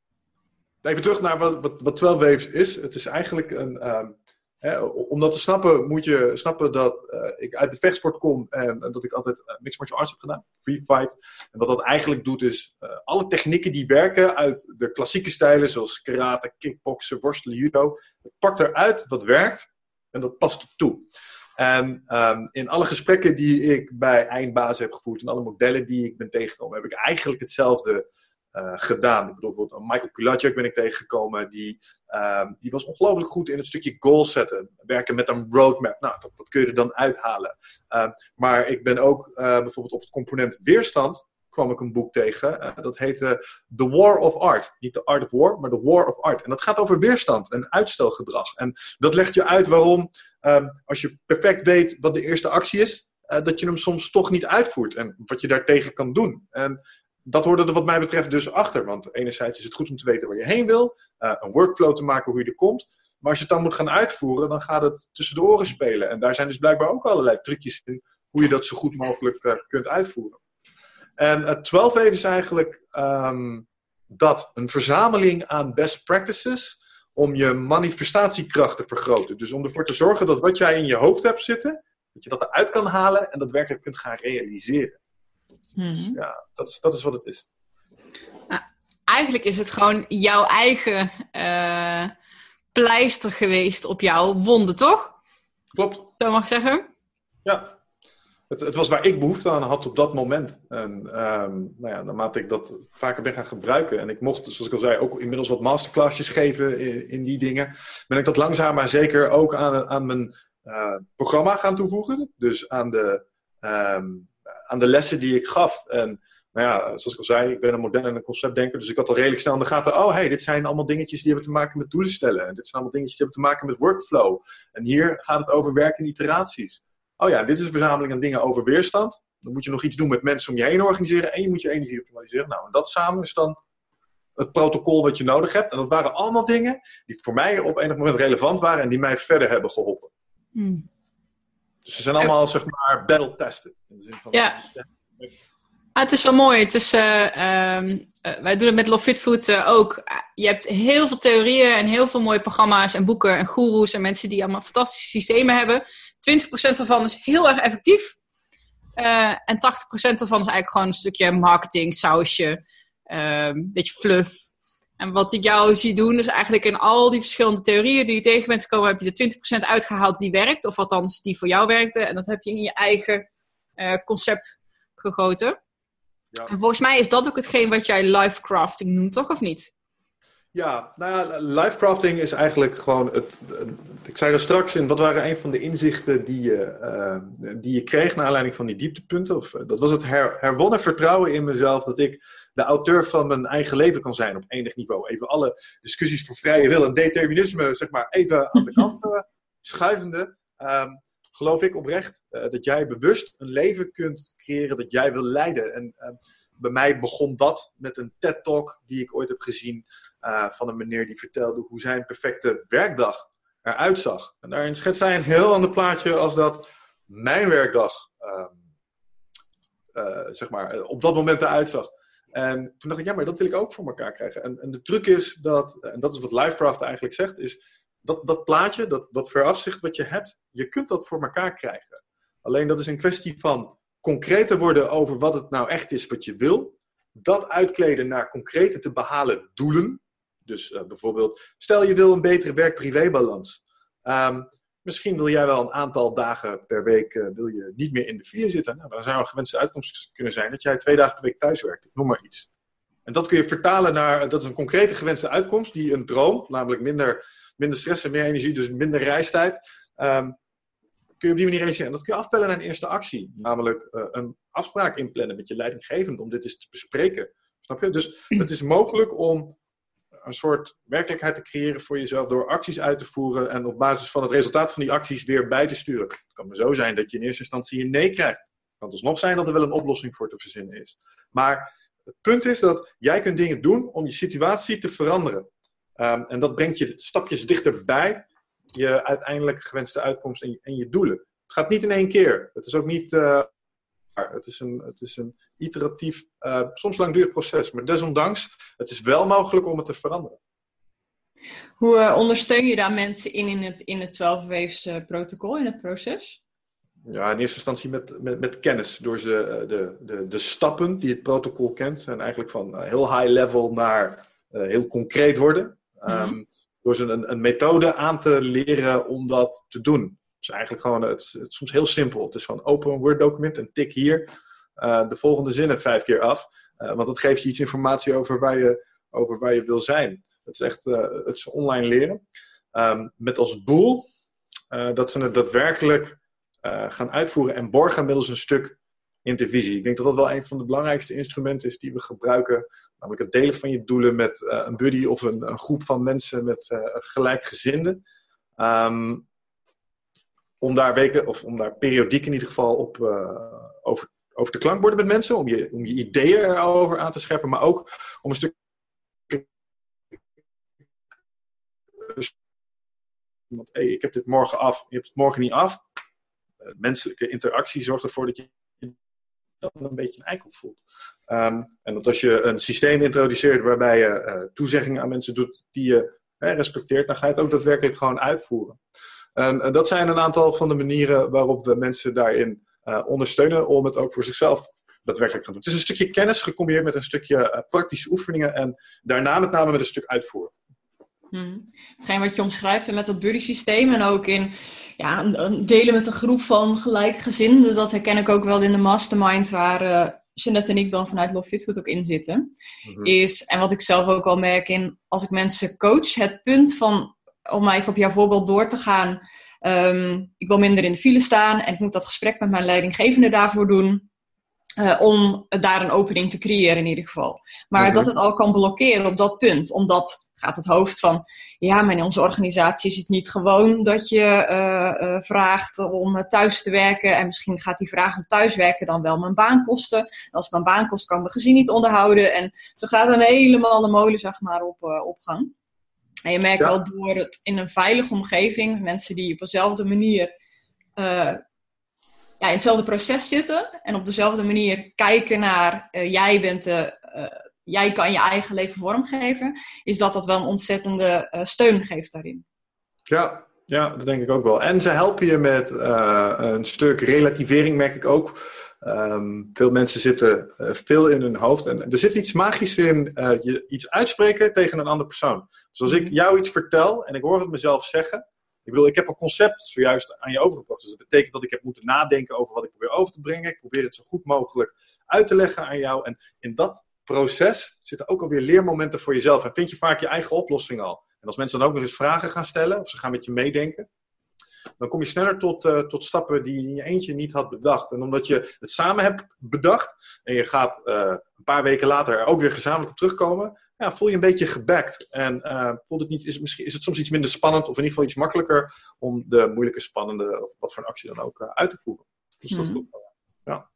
Even terug naar wat, wat, wat twaalf waves is. Het is eigenlijk een... Um, hè, om dat te snappen, moet je snappen dat uh, ik uit de vechtsport kom en, en dat ik altijd uh, mixed martial arts heb gedaan. Free fight. En wat dat eigenlijk doet is uh, alle technieken die werken uit de klassieke stijlen zoals karate, kickboksen, worstelen, judo. Het pakt eruit wat werkt en dat past er toe. En um, in alle gesprekken die ik bij eindbazen heb gevoerd en alle modellen die ik ben tegengekomen, heb ik eigenlijk hetzelfde Uh, gedaan. Ik bedoel, bijvoorbeeld Michael Pilacic ben ik tegengekomen. Die, uh, die was ongelooflijk goed in het stukje goal zetten. Werken met een roadmap. Nou, dat, dat kun je er dan uithalen. Uh, maar ik ben ook uh, bijvoorbeeld op het component weerstand kwam ik een boek tegen. Uh, dat heette The War of Art. Niet The Art of War, maar The War of Art. En dat gaat over weerstand en uitstelgedrag. En dat legt je uit waarom, um, als je perfect weet wat de eerste actie is, uh, dat je hem soms toch niet uitvoert. En wat je daartegen kan doen. En dat hoorde er wat mij betreft dus achter. Want enerzijds is het goed om te weten waar je heen wil. Uh, een workflow te maken hoe je er komt. Maar als je het dan moet gaan uitvoeren, dan gaat het tussen de oren spelen. En daar zijn dus blijkbaar ook allerlei trucjes in hoe je dat zo goed mogelijk uh, kunt uitvoeren. En uh, twaalf waves is eigenlijk um, dat. Een verzameling aan best practices om je manifestatiekracht te vergroten. Dus om ervoor te zorgen dat wat jij in je hoofd hebt zitten, dat je dat eruit kan halen en dat werkelijk kunt gaan realiseren. Mm-hmm. Dus ja, dat is, dat is wat het is. Nou, eigenlijk is het gewoon jouw eigen uh, pleister geweest op jouw wonden, toch? Klopt. Zo mag ik zeggen? Ja. Het, het was waar ik behoefte aan had op dat moment. En um, nou ja, naarmate ik dat vaker ben gaan gebruiken. En ik mocht, zoals ik al zei, ook inmiddels wat masterclassjes geven in, in die dingen. Ben ik dat langzaam maar zeker ook aan, aan mijn uh, programma gaan toevoegen. Dus aan de, um, aan de lessen die ik gaf. En nou ja, zoals ik al zei, ik ben een modern en een conceptdenker. Dus ik had al redelijk snel in de gaten. Oh, hey, dit zijn allemaal dingetjes die hebben te maken met doelen stellen. En dit zijn allemaal dingetjes die hebben te maken met workflow. En hier gaat het over werken in iteraties. Oh ja, dit is een verzameling aan dingen over weerstand. Dan moet je nog iets doen met mensen om je heen organiseren. En je moet je energie optimaliseren. Nou, en dat samen is dan het protocol wat je nodig hebt. En dat waren allemaal dingen die voor mij op enig moment relevant waren. En die mij verder hebben geholpen. Hmm. Dus ze zijn allemaal, zeg maar, battle-tested. In de zin van ja. Ah, het is wel mooi. Het is, uh, um, uh, wij doen het met Love Fit Food uh, ook. Je hebt heel veel theorieën en heel veel mooie programma's en boeken en goeroes en mensen die allemaal fantastische systemen hebben. twintig procent daarvan is heel erg effectief. Uh, en tachtig procent daarvan is eigenlijk gewoon een stukje marketing, sausje, uh, een beetje fluff. En wat ik jou zie doen is eigenlijk in al die verschillende theorieën die je tegen bent gekomen, heb je de twintig procent uitgehaald die werkt. Of althans die voor jou werkte. En dat heb je in je eigen uh, concept gegoten. Ja. En volgens mij is dat ook hetgeen wat jij life crafting noemt, toch? Of niet? Ja, nou ja, life crafting is eigenlijk gewoon het... Ik zei er straks in, wat waren een van de inzichten die je, uh, die je kreeg naar aanleiding van die dieptepunten? Of, uh, dat was het her, herwonnen vertrouwen in mezelf dat ik de auteur van mijn eigen leven kan zijn op enig niveau. Even alle discussies voor vrije wil en determinisme, zeg maar, even aan de kant uh, schuivende. Um, geloof ik oprecht uh, dat jij bewust een leven kunt creëren dat jij wil leiden. En uh, bij mij begon dat met een TED-talk die ik ooit heb gezien uh, van een meneer die vertelde hoe zijn perfecte werkdag eruit zag. En daarin schetst hij een heel ander plaatje als dat mijn werkdag uh, uh, zeg maar, op dat moment eruit zag. En toen dacht ik, ja, maar dat wil ik ook voor elkaar krijgen. En, en de truc is dat, en dat is wat Lifecraft eigenlijk zegt, is dat, dat plaatje, dat, dat verafzicht wat je hebt, je kunt dat voor elkaar krijgen. Alleen dat is een kwestie van concreter worden over wat het nou echt is wat je wil. Dat uitkleden naar concrete te behalen doelen. Dus uh, bijvoorbeeld, stel je wil een betere werk-privé-balans. Um, misschien wil jij wel een aantal dagen per week uh, wil je niet meer in de file zitten. Nou, dan zou een gewenste uitkomst kunnen zijn dat jij twee dagen per week thuis werkt. Ik noem maar iets. En dat kun je vertalen naar, dat is een concrete gewenste uitkomst, die een droom, namelijk minder, minder stress en meer energie, dus minder reistijd. Um, kun je op die manier realiseren. En dat kun je afpellen naar een eerste actie. Namelijk uh, een afspraak inplannen met je leidinggevende om dit eens te bespreken. Snap je? Dus het is mogelijk om een soort werkelijkheid te creëren voor jezelf door acties uit te voeren en op basis van het resultaat van die acties weer bij te sturen. Het kan maar zo zijn dat je in eerste instantie een nee krijgt. Het kan dus nog zijn dat er wel een oplossing voor te verzinnen is. Maar het punt is dat jij kunt dingen doen om je situatie te veranderen. Um, en dat brengt je stapjes dichterbij je uiteindelijk gewenste uitkomst en je, en je doelen. Het gaat niet in één keer. Het is ook niet... Uh, het, is een, het is een iteratief, uh, soms langdurig proces. Maar desondanks, het is wel mogelijk om het te veranderen. Hoe uh, ondersteun je daar mensen in in het, in het twaalf waves uh, protocol, in het proces? Ja, in eerste instantie met, met, met kennis. Door ze, uh, de, de, de stappen die het protocol kent, zijn eigenlijk van uh, heel high level naar uh, heel concreet worden. Um, mm-hmm. Door ze een, een methode aan te leren om dat te doen. Dus eigenlijk gewoon, het, het is soms heel simpel. Het is van open een Word document en tik hier uh, de volgende zinnen vijf keer af. Uh, want dat geeft je iets informatie over waar je, over waar je wil zijn. Het is echt uh, het is online leren. Um, met als doel uh, dat ze het daadwerkelijk uh, gaan uitvoeren en borgen middels een stuk intervisie. Ik denk dat dat wel een van de belangrijkste instrumenten is die we gebruiken. Namelijk het delen van je doelen met uh, een buddy of een, een groep van mensen met uh, gelijkgezinden. Um, om daar weken, of om daar periodiek in ieder geval op uh, over, over te klankborden met mensen. Om je, om je ideeën erover aan te scheppen. Maar ook om een stuk... Want hey, ik heb dit morgen af, je hebt het morgen niet af. Uh, menselijke interactie zorgt ervoor dat je dan een beetje een eikel voelt. Um, en dat als je een systeem introduceert waarbij je uh, toezeggingen aan mensen doet die je uh, respecteert, dan ga je het ook daadwerkelijk gewoon uitvoeren. En, en dat zijn een aantal van de manieren waarop we mensen daarin uh, ondersteunen om het ook voor zichzelf daadwerkelijk te doen. Het is een stukje kennis gecombineerd met een stukje uh, praktische oefeningen en daarna met name met een stuk uitvoeren. Hmm. Hetgeen wat je omschrijft met dat buddy-systeem en ook in ja, delen met een groep van gelijkgezinden, dat herken ik ook wel in de mastermind waar uh, Jeanette en ik dan vanuit Love Fit Food ook in zitten. Mm-hmm. Is, en wat ik zelf ook al merk in, als ik mensen coach, het punt van, om maar even op jouw voorbeeld door te gaan, um, ik wil minder in de file staan en ik moet dat gesprek met mijn leidinggevende daarvoor doen. Uh, om daar een opening te creëren in ieder geval. Maar mm-hmm. dat het al kan blokkeren op dat punt. Omdat gaat het hoofd van, ja, maar in onze organisatie is het niet gewoon dat je uh, uh, vraagt om thuis te werken. En misschien gaat die vraag om thuiswerken dan wel mijn baan kosten. En als het mijn baan kost, kan ik mijn gezin niet onderhouden. En zo gaat dan helemaal de molen, zeg maar, op, uh, op gang. En je merkt ja. wel door het in een veilige omgeving, mensen die op dezelfde manier Uh, Ja, in hetzelfde proces zitten en op dezelfde manier kijken naar uh, jij bent de, uh, jij kan je eigen leven vormgeven, is dat dat wel een ontzettende uh, steun geeft daarin. Ja, ja, dat denk ik ook wel. En ze helpen je met uh, een stuk relativering, merk ik ook. Um, veel mensen zitten uh, veel in hun hoofd en er zit iets magisch in uh, je iets uitspreken tegen een andere persoon. Dus als ik jou iets vertel en ik hoor het mezelf zeggen. Ik bedoel, ik heb een concept zojuist aan je overgebracht. Dus dat betekent dat ik heb moeten nadenken over wat ik probeer over te brengen. Ik probeer het zo goed mogelijk uit te leggen aan jou. En in dat proces zitten ook alweer leermomenten voor jezelf. En vind je vaak je eigen oplossing al. En als mensen dan ook nog eens vragen gaan stellen, of ze gaan met je meedenken, dan kom je sneller tot, uh, tot stappen die je in je eentje niet had bedacht. En omdat je het samen hebt bedacht, en je gaat uh, een paar weken later er ook weer gezamenlijk op terugkomen, ja, voel je een beetje gebackt. En uh, voelt het niet, is, misschien is het soms iets minder spannend, of in ieder geval iets makkelijker, om de moeilijke, spannende, of wat voor een actie dan ook, uh, uit te voeren. Dus dat is mm-hmm. goed. Ja.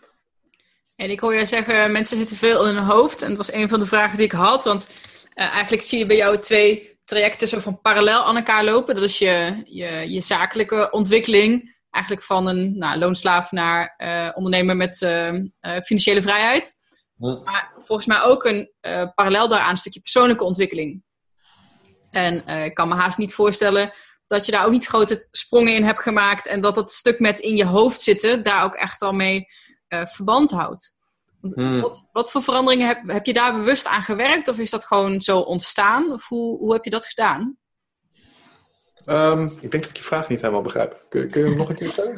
En ik hoor jij zeggen, mensen zitten veel in hun hoofd. En dat was een van de vragen die ik had. Want uh, eigenlijk zie je bij jou twee trajecten zo van parallel aan elkaar lopen. Dat is je, je, je zakelijke ontwikkeling. Eigenlijk van een nou, loonslaaf naar uh, ondernemer met uh, uh, financiële vrijheid. Ja. Maar volgens mij ook een uh, parallel daaraan een stukje persoonlijke ontwikkeling. En uh, ik kan me haast niet voorstellen dat je daar ook niet grote sprongen in hebt gemaakt. En dat dat stuk met in je hoofd zitten daar ook echt al mee uh, verband houdt. Want hmm. wat, wat voor veranderingen heb, heb je daar bewust aan gewerkt? Of is dat gewoon zo ontstaan? Of hoe, hoe heb je dat gedaan? Um, ik denk dat ik je vraag niet helemaal begrijp. Kun, kun je hem nog een keer stellen?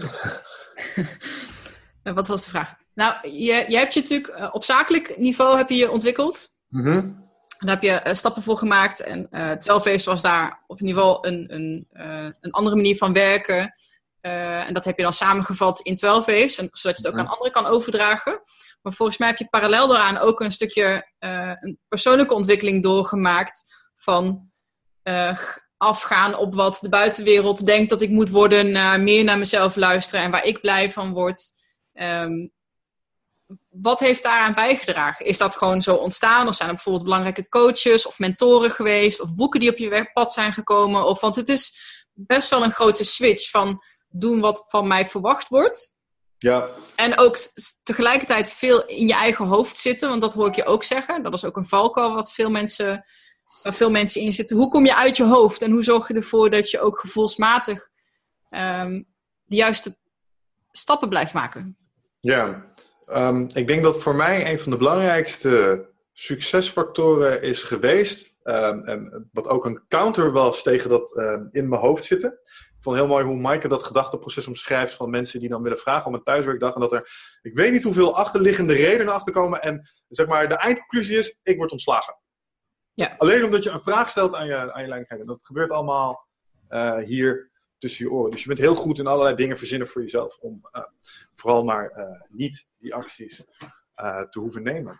Wat was de vraag? Nou, je, je hebt je natuurlijk uh, op zakelijk niveau heb je je ontwikkeld. Mm-hmm. Daar heb je uh, stappen voor gemaakt. En uh, twaalf was daar op in ieder geval een, een, uh, een andere manier van werken. Uh, en dat heb je dan samengevat in twaalf waves. En, zodat je het ook aan anderen kan overdragen. Maar volgens mij heb je parallel daaraan ook een stukje uh, een persoonlijke ontwikkeling doorgemaakt. Van uh, afgaan op wat de buitenwereld denkt dat ik moet worden. Naar meer naar mezelf luisteren en waar ik blij van word. Um, wat heeft daaraan bijgedragen? Is dat gewoon zo ontstaan? Of zijn er bijvoorbeeld belangrijke coaches of mentoren geweest? Of boeken die op je pad zijn gekomen? Of, want het is best wel een grote switch van doen wat van mij verwacht wordt. Ja. En ook tegelijkertijd veel in je eigen hoofd zitten. Want dat hoor ik je ook zeggen. Dat is ook een valkuil wat veel mensen, waar veel mensen in zitten. Hoe kom je uit je hoofd? En hoe zorg je ervoor dat je ook gevoelsmatig um, de juiste stappen blijft maken? Ja, um, ik denk dat voor mij een van de belangrijkste succesfactoren is geweest. Um, en wat ook een counter was tegen dat um, in mijn hoofd zitten. Ik vond heel mooi hoe Maaike dat gedachteproces omschrijft van mensen die dan willen vragen om een thuiswerkdag. En dat er, ik weet niet hoeveel achterliggende redenen achterkomen. En zeg maar, de eindconclusie is, ik word ontslagen. Ja. Alleen omdat je een vraag stelt aan je, aan je leidinggevende. Dat gebeurt allemaal uh, hier tussen je oren. Dus je bent heel goed in allerlei dingen verzinnen voor jezelf. Om uh, vooral maar uh, niet die acties uh, te hoeven nemen.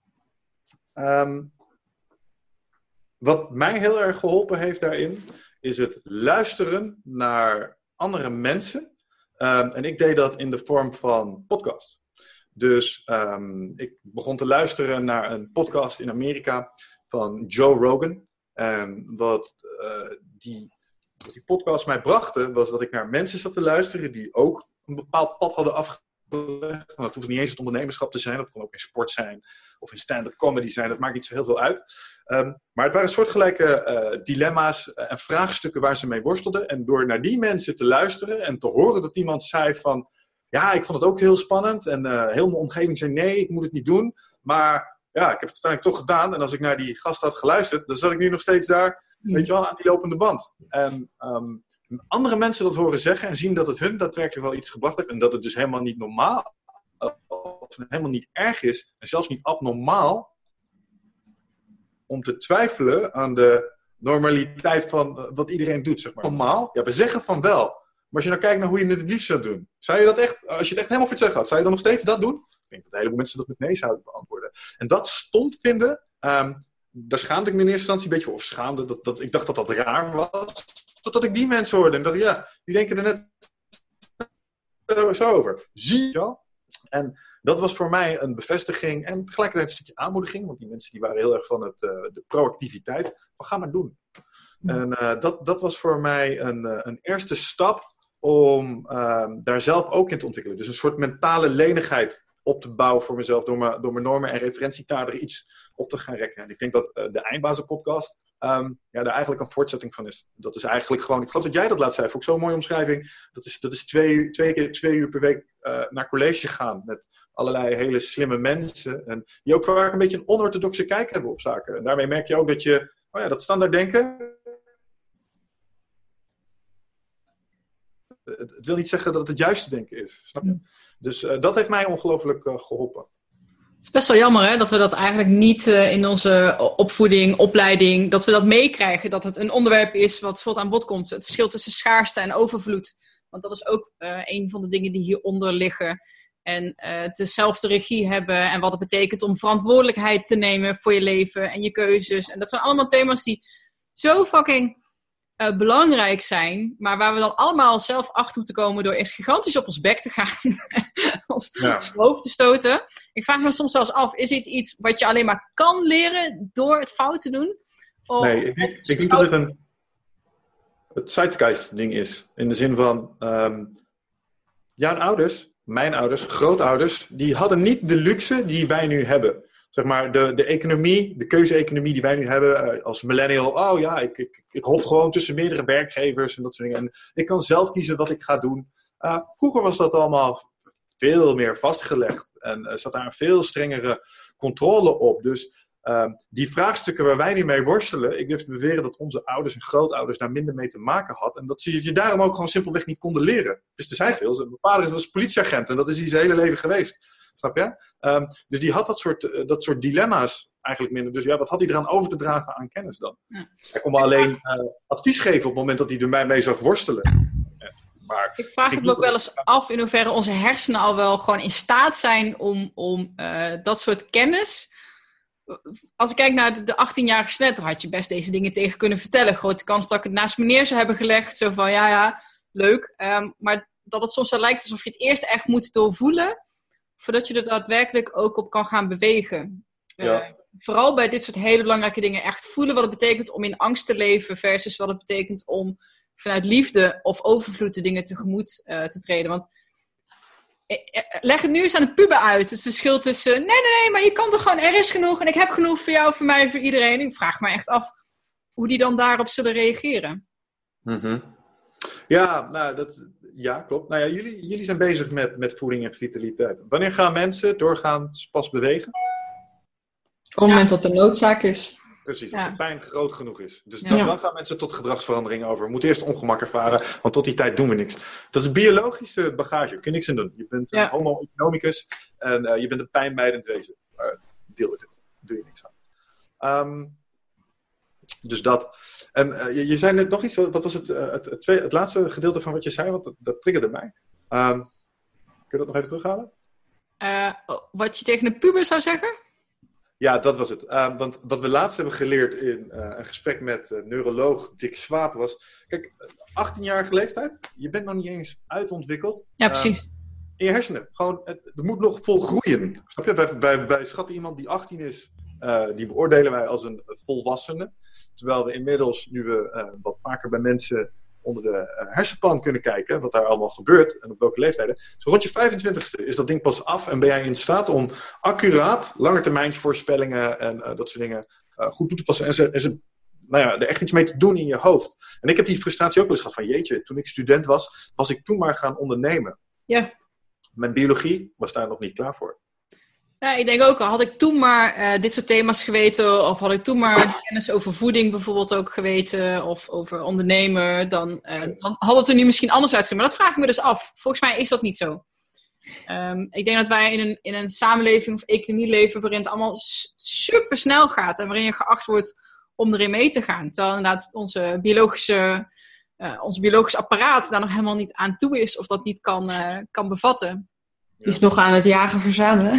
Um, wat mij heel erg geholpen heeft daarin, is het luisteren naar andere mensen. Um, en ik deed dat in de vorm van podcast. Dus um, ik begon te luisteren naar een podcast in Amerika van Joe Rogan. En wat uh, die, wat die podcast mij brachten, was dat ik naar mensen zat te luisteren die ook een bepaald pad hadden uitgelegd. Het hoeft niet eens het ondernemerschap te zijn. Dat kon ook in sport zijn of in stand-up comedy zijn. Dat maakt niet zo heel veel uit. Um, maar het waren soortgelijke uh, dilemma's en vraagstukken waar ze mee worstelden. En door naar die mensen te luisteren en te horen dat iemand zei van... Ja, ik vond het ook heel spannend. En uh, heel mijn omgeving zei nee, ik moet het niet doen. Maar ja, ik heb het uiteindelijk toch gedaan. En als ik naar die gast had geluisterd, dan zat ik nu nog steeds daar, mm. weet je wel, aan die lopende band. En um, andere mensen dat horen zeggen en zien dat het hun daadwerkelijk wel iets gebracht heeft. En dat het dus helemaal niet normaal of helemaal niet erg is. En zelfs niet abnormaal om te twijfelen aan de normaliteit van uh, wat iedereen doet, zeg maar. Normaal? Ja, we zeggen van wel. Maar als je nou kijkt naar hoe je het het liefst zou doen. Zou je dat echt, als je het echt helemaal voor het zeggen had, zou je dan nog steeds dat doen? Ik denk dat een heleboel mensen dat met nee zouden beantwoorden. En dat stom vinden, um, daar schaamde ik me in eerste instantie een beetje voor. Of schaamde, dat, dat, ik dacht dat dat raar was. Totdat ik die mensen hoorde. En dacht ja, die denken er net zo over. Zie je wel? En dat was voor mij een bevestiging en tegelijkertijd een stukje aanmoediging. Want die mensen die waren heel erg van het, uh, de proactiviteit. Van ga maar doen. Ja. En uh, dat, dat was voor mij een, uh, een eerste stap om uh, daar zelf ook in te ontwikkelen. Dus een soort mentale lenigheid op te bouwen voor mezelf. Door, me, door mijn normen en referentiekader iets op te gaan rekken. En ik denk dat uh, de Eindbazen podcast um, ja, daar eigenlijk een voortzetting van is. Dat is eigenlijk gewoon... Ik geloof dat jij dat laatst zei. Vond ik zo'n mooie omschrijving. Dat is, dat is twee, twee keer twee uur per week uh, naar college gaan. Met allerlei hele slimme mensen. En die ook vaak een beetje een onorthodoxe kijk hebben op zaken. En daarmee merk je ook dat je... Oh ja, dat standaard denken... Het, het wil niet zeggen dat het het juiste denken is. Snap je? Dus uh, dat heeft mij ongelooflijk uh, geholpen. Het is best wel jammer hè, dat we dat eigenlijk niet uh, in onze opvoeding, opleiding, dat we dat meekrijgen. Dat het een onderwerp is wat bijvoorbeeld aan bod komt. Het verschil tussen schaarste en overvloed. Want dat is ook uh, een van de dingen die hieronder liggen. En uh, dezelfde regie hebben en wat het betekent om verantwoordelijkheid te nemen voor je leven en je keuzes. En dat zijn allemaal thema's die zo fucking uh, belangrijk zijn, maar waar we dan allemaal zelf achter moeten komen door eerst gigantisch op ons bek te gaan. ons ja. hoofd te stoten. Ik vraag me soms wel eens af, is dit iets wat je alleen maar kan leren door het fout te doen? Of, nee, ik, ik, ik denk dat het een het zeitgeist ding is. In de zin van, um, jouw ouders, mijn ouders, grootouders, die hadden niet de luxe die wij nu hebben. Zeg maar, de, de economie, de keuze-economie die wij nu hebben uh, als millennial. Oh ja, ik, ik, ik hop gewoon tussen meerdere werkgevers en dat soort dingen. En ik kan zelf kiezen wat ik ga doen. Uh, vroeger was dat allemaal veel meer vastgelegd. En uh, zat daar een veel strengere controle op. Dus uh, die vraagstukken waar wij nu mee worstelen, ik durf te beweren dat onze ouders en grootouders daar minder mee te maken hadden. En dat ze je daarom ook gewoon simpelweg niet konden leren. Dus er zijn veel. Mijn vader was politieagent en dat is hij zijn hele leven geweest. Snap je? Um, dus die had dat soort, uh, dat soort dilemma's eigenlijk minder. Dus ja, wat had hij eraan over te dragen aan kennis dan? Ja. Hij kon me alleen uh, advies geven op het moment dat hij er mij mee zag worstelen. Ja, maar ik vraag het me ook wel eens af in hoeverre onze hersenen al wel gewoon in staat zijn om, om uh, dat soort kennis. Als ik kijk naar de, de achttienjarige Snet, dan had je best deze dingen tegen kunnen vertellen. Grote kans dat ik het naast me neer zou hebben gelegd. Zo van, ja, ja, leuk. Um, maar dat het soms wel lijkt alsof je het eerst echt moet doorvoelen, voordat je er daadwerkelijk ook op kan gaan bewegen. Ja. Uh, vooral bij dit soort hele belangrijke dingen echt voelen wat het betekent om in angst te leven versus wat het betekent om vanuit liefde of overvloed de dingen tegemoet uh, te treden. Want uh, leg het nu eens aan de puber uit. Het verschil tussen, nee, nee, nee, maar je kan toch gewoon, er is genoeg en ik heb genoeg voor jou, voor mij, voor iedereen. Ik vraag me echt af hoe die dan daarop zullen reageren. Mm-hmm. Ja, nou, dat, ja, klopt. Nou ja, jullie, jullie zijn bezig met, met voeding en vitaliteit. Wanneer gaan mensen doorgaans pas bewegen? Op het moment dat er noodzaak is. Precies, als ja. de pijn groot genoeg is. Dus dan, ja. dan gaan mensen tot gedragsverandering over. We moeten eerst ongemak ervaren, want tot die tijd doen we niks. Dat is biologische bagage, kun je niks aan doen. Je bent ja. een homo economicus en uh, je bent een pijnmijdend wezen. Uh, deal with it, doe je niks aan. Um, Dus dat. En uh, je, je zei net nog iets, wat was het, uh, het, het, tweede, het laatste gedeelte van wat je zei, want dat, dat triggerde mij. Um, kun je dat nog even terughalen? Uh, wat je tegen een puber zou zeggen? Ja, dat was het. Uh, want wat we laatst hebben geleerd in uh, een gesprek met uh, neuroloog Dick Swaap was, kijk, achttienjarige leeftijd, je bent nog niet eens uitontwikkeld. Ja, precies. Uh, in je hersenen. Gewoon, het, het moet nog volgroeien. Snap je? Wij, wij, wij schatten iemand die achttien is, uh, die beoordelen wij als een volwassene. Terwijl we inmiddels, nu we uh, wat vaker bij mensen onder de uh, hersenpan kunnen kijken, wat daar allemaal gebeurt en op welke leeftijden. Zo rond je vijfentwintigste is dat ding pas af en ben jij in staat om accuraat langetermijnsvoorspellingen en uh, dat soort dingen uh, goed toe te passen. En ze, en ze nou ja, er echt iets mee te doen in je hoofd. En ik heb die frustratie ook wel eens gehad van, jeetje, toen ik student was, was ik toen maar gaan ondernemen. Ja. Mijn biologie was daar nog niet klaar voor. Ja, ik denk ook al, had ik toen maar uh, dit soort thema's geweten, of had ik toen maar kennis over voeding bijvoorbeeld ook geweten, of over ondernemen, dan, uh, dan had het er nu misschien anders uitgezien. Maar dat vraag ik me dus af. Volgens mij is dat niet zo. Um, ik denk dat wij in een, in een samenleving of economie leven waarin het allemaal super snel gaat en waarin je geacht wordt om erin mee te gaan. Terwijl inderdaad onze biologische, uh, ons biologisch apparaat daar nog helemaal niet aan toe is of dat niet kan, uh, kan bevatten. Die is nog aan het jagen verzamelen.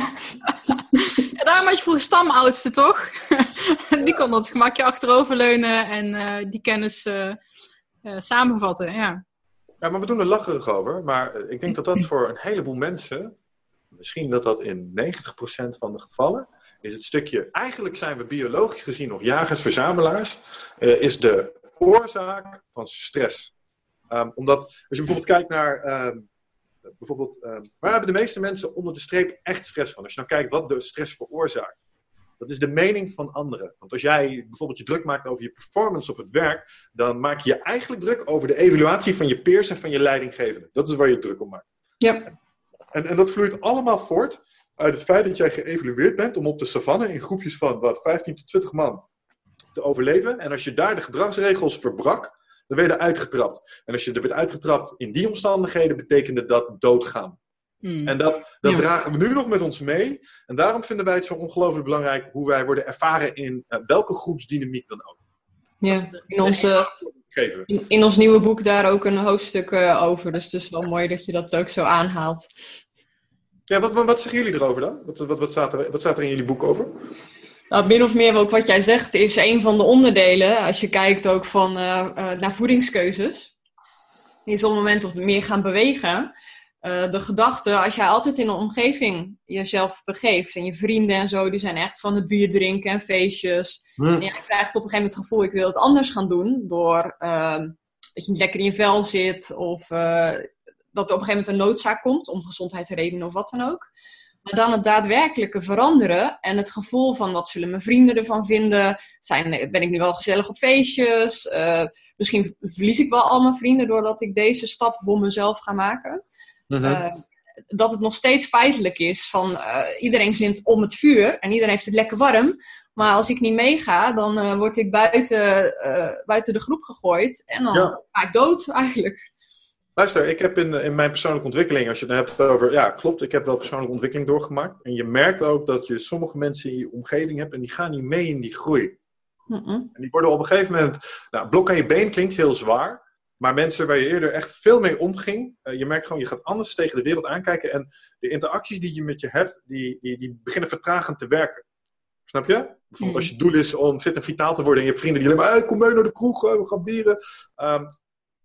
Ja, daarom had je vroeger stamoudste, toch? Die kon op het gemakje achteroverleunen en uh, die kennis uh, uh, samenvatten, ja. Ja, maar we doen er lacherig over. Maar ik denk dat dat voor een heleboel mensen, misschien dat dat in negentig procent van de gevallen, is het stukje, eigenlijk zijn we biologisch gezien nog jagers-verzamelaars, uh, is de oorzaak van stress. Um, omdat, als je bijvoorbeeld kijkt naar, um, bijvoorbeeld, um, waar hebben de meeste mensen onder de streep echt stress van? Als je nou kijkt wat de stress veroorzaakt. Dat is de mening van anderen. Want als jij bijvoorbeeld je druk maakt over je performance op het werk, dan maak je je eigenlijk druk over de evaluatie van je peers en van je leidinggevende. Dat is waar je druk om maakt. Ja. En, en dat vloeit allemaal voort uit het feit dat jij geëvalueerd bent om op de savanne in groepjes van wat, vijftien tot twintig man te overleven. En als je daar de gedragsregels verbrak, dan werd je eruit getrapt. En als je er werd uitgetrapt in die omstandigheden, betekende dat doodgaan. Hmm. En dat, dat ja. dragen we nu nog met ons mee. En daarom vinden wij het zo ongelooflijk belangrijk hoe wij worden ervaren in uh, welke groepsdynamiek dan ook. Ja, in, onze, in, in ons nieuwe boek daar ook een hoofdstuk uh, over. Dus het is wel mooi dat je dat ook zo aanhaalt. Ja, wat, wat, wat zeggen jullie erover dan? Wat, wat, wat, staat er, wat staat er in jullie boek over? Nou, min of meer ook wat jij zegt is een van de onderdelen. Als je kijkt ook van, uh, uh, naar voedingskeuzes. Is op het moment dat we meer gaan bewegen. Uh, de gedachte, als jij altijd in een omgeving jezelf begeeft. En je vrienden en zo, die zijn echt van het bier drinken en feestjes. Hmm. En jij krijgt op een gegeven moment het gevoel, ik wil het anders gaan doen. Door uh, dat je niet lekker in je vel zit. Of uh, dat er op een gegeven moment een noodzaak komt. Om gezondheidsredenen of wat dan ook. Maar dan het daadwerkelijke veranderen. En het gevoel van, wat zullen mijn vrienden ervan vinden? Zijn, ben ik nu wel gezellig op feestjes? Uh, misschien verlies ik wel al mijn vrienden doordat ik deze stap voor mezelf ga maken. Uh-huh. Uh, dat het nog steeds feitelijk is van uh, iedereen zit om het vuur en iedereen heeft het lekker warm. Maar als ik niet meega, dan uh, word ik buiten, uh, buiten de groep gegooid en dan ja. ga ik dood eigenlijk. Luister, ik heb in, in mijn persoonlijke ontwikkeling, als je het hebt over, ja klopt, ik heb wel persoonlijke ontwikkeling doorgemaakt. En je merkt ook dat je sommige mensen in je omgeving hebt en die gaan niet mee in die groei. Uh-uh. En die worden op een gegeven moment, nou, blok aan je been klinkt heel zwaar. Maar mensen waar je eerder echt veel mee omging, uh, je merkt gewoon, je gaat anders tegen de wereld aankijken. En de interacties die je met je hebt, die, die, die beginnen vertragend te werken. Snap je? Bijvoorbeeld mm. als je doel is om fit en vitaal te worden en je hebt vrienden die alleen maar, hey, kom mee naar de kroeg, we gaan bieren. Um,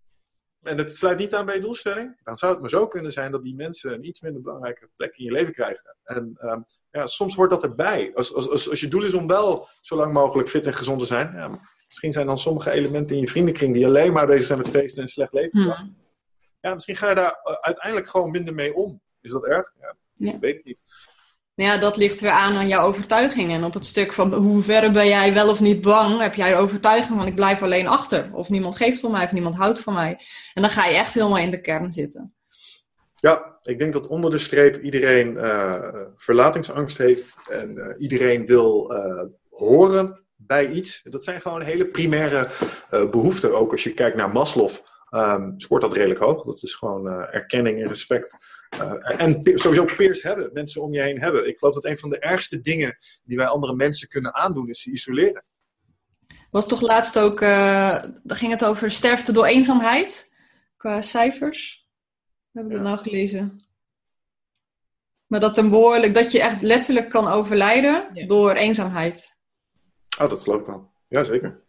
en het sluit niet aan bij je doelstelling. Dan zou het maar zo kunnen zijn dat die mensen een iets minder belangrijke plek in je leven krijgen. En um, ja, soms hoort dat erbij. Als, als, als, als je doel is om wel zo lang mogelijk fit en gezond te zijn, ja, misschien zijn dan sommige elementen in je vriendenkring die alleen maar bezig zijn met feesten en slecht leven. Hmm. Ja, misschien ga je daar uh, uiteindelijk gewoon minder mee om. Is dat erg? Ja, ja. Ik weet het niet. Ja, dat ligt weer aan aan jouw overtuiging. En op het stuk van hoe ver ben jij wel of niet bang, heb jij de overtuiging van ik blijf alleen achter. Of niemand geeft om mij, of niemand houdt van mij. En dan ga je echt helemaal in de kern zitten. Ja, ik denk dat onder de streep iedereen uh, verlatingsangst heeft. En uh, iedereen wil uh, horen bij iets. Dat zijn gewoon hele primaire uh, behoeften. Ook als je kijkt naar Maslow, um, scoort dat redelijk hoog. Dat is gewoon uh, erkenning en respect. Uh, en pe- sowieso peers hebben, mensen om je heen hebben. Ik geloof dat een van de ergste dingen die wij andere mensen kunnen aandoen, is ze isoleren. Was toch laatst ook, uh, dan ging het over sterfte door eenzaamheid, qua cijfers. Heb ik ja. dat nou gelezen? Maar dat een behoorlijk, dat je echt letterlijk kan overlijden ja. door eenzaamheid. Oh, dat geloof ik wel. Jazeker.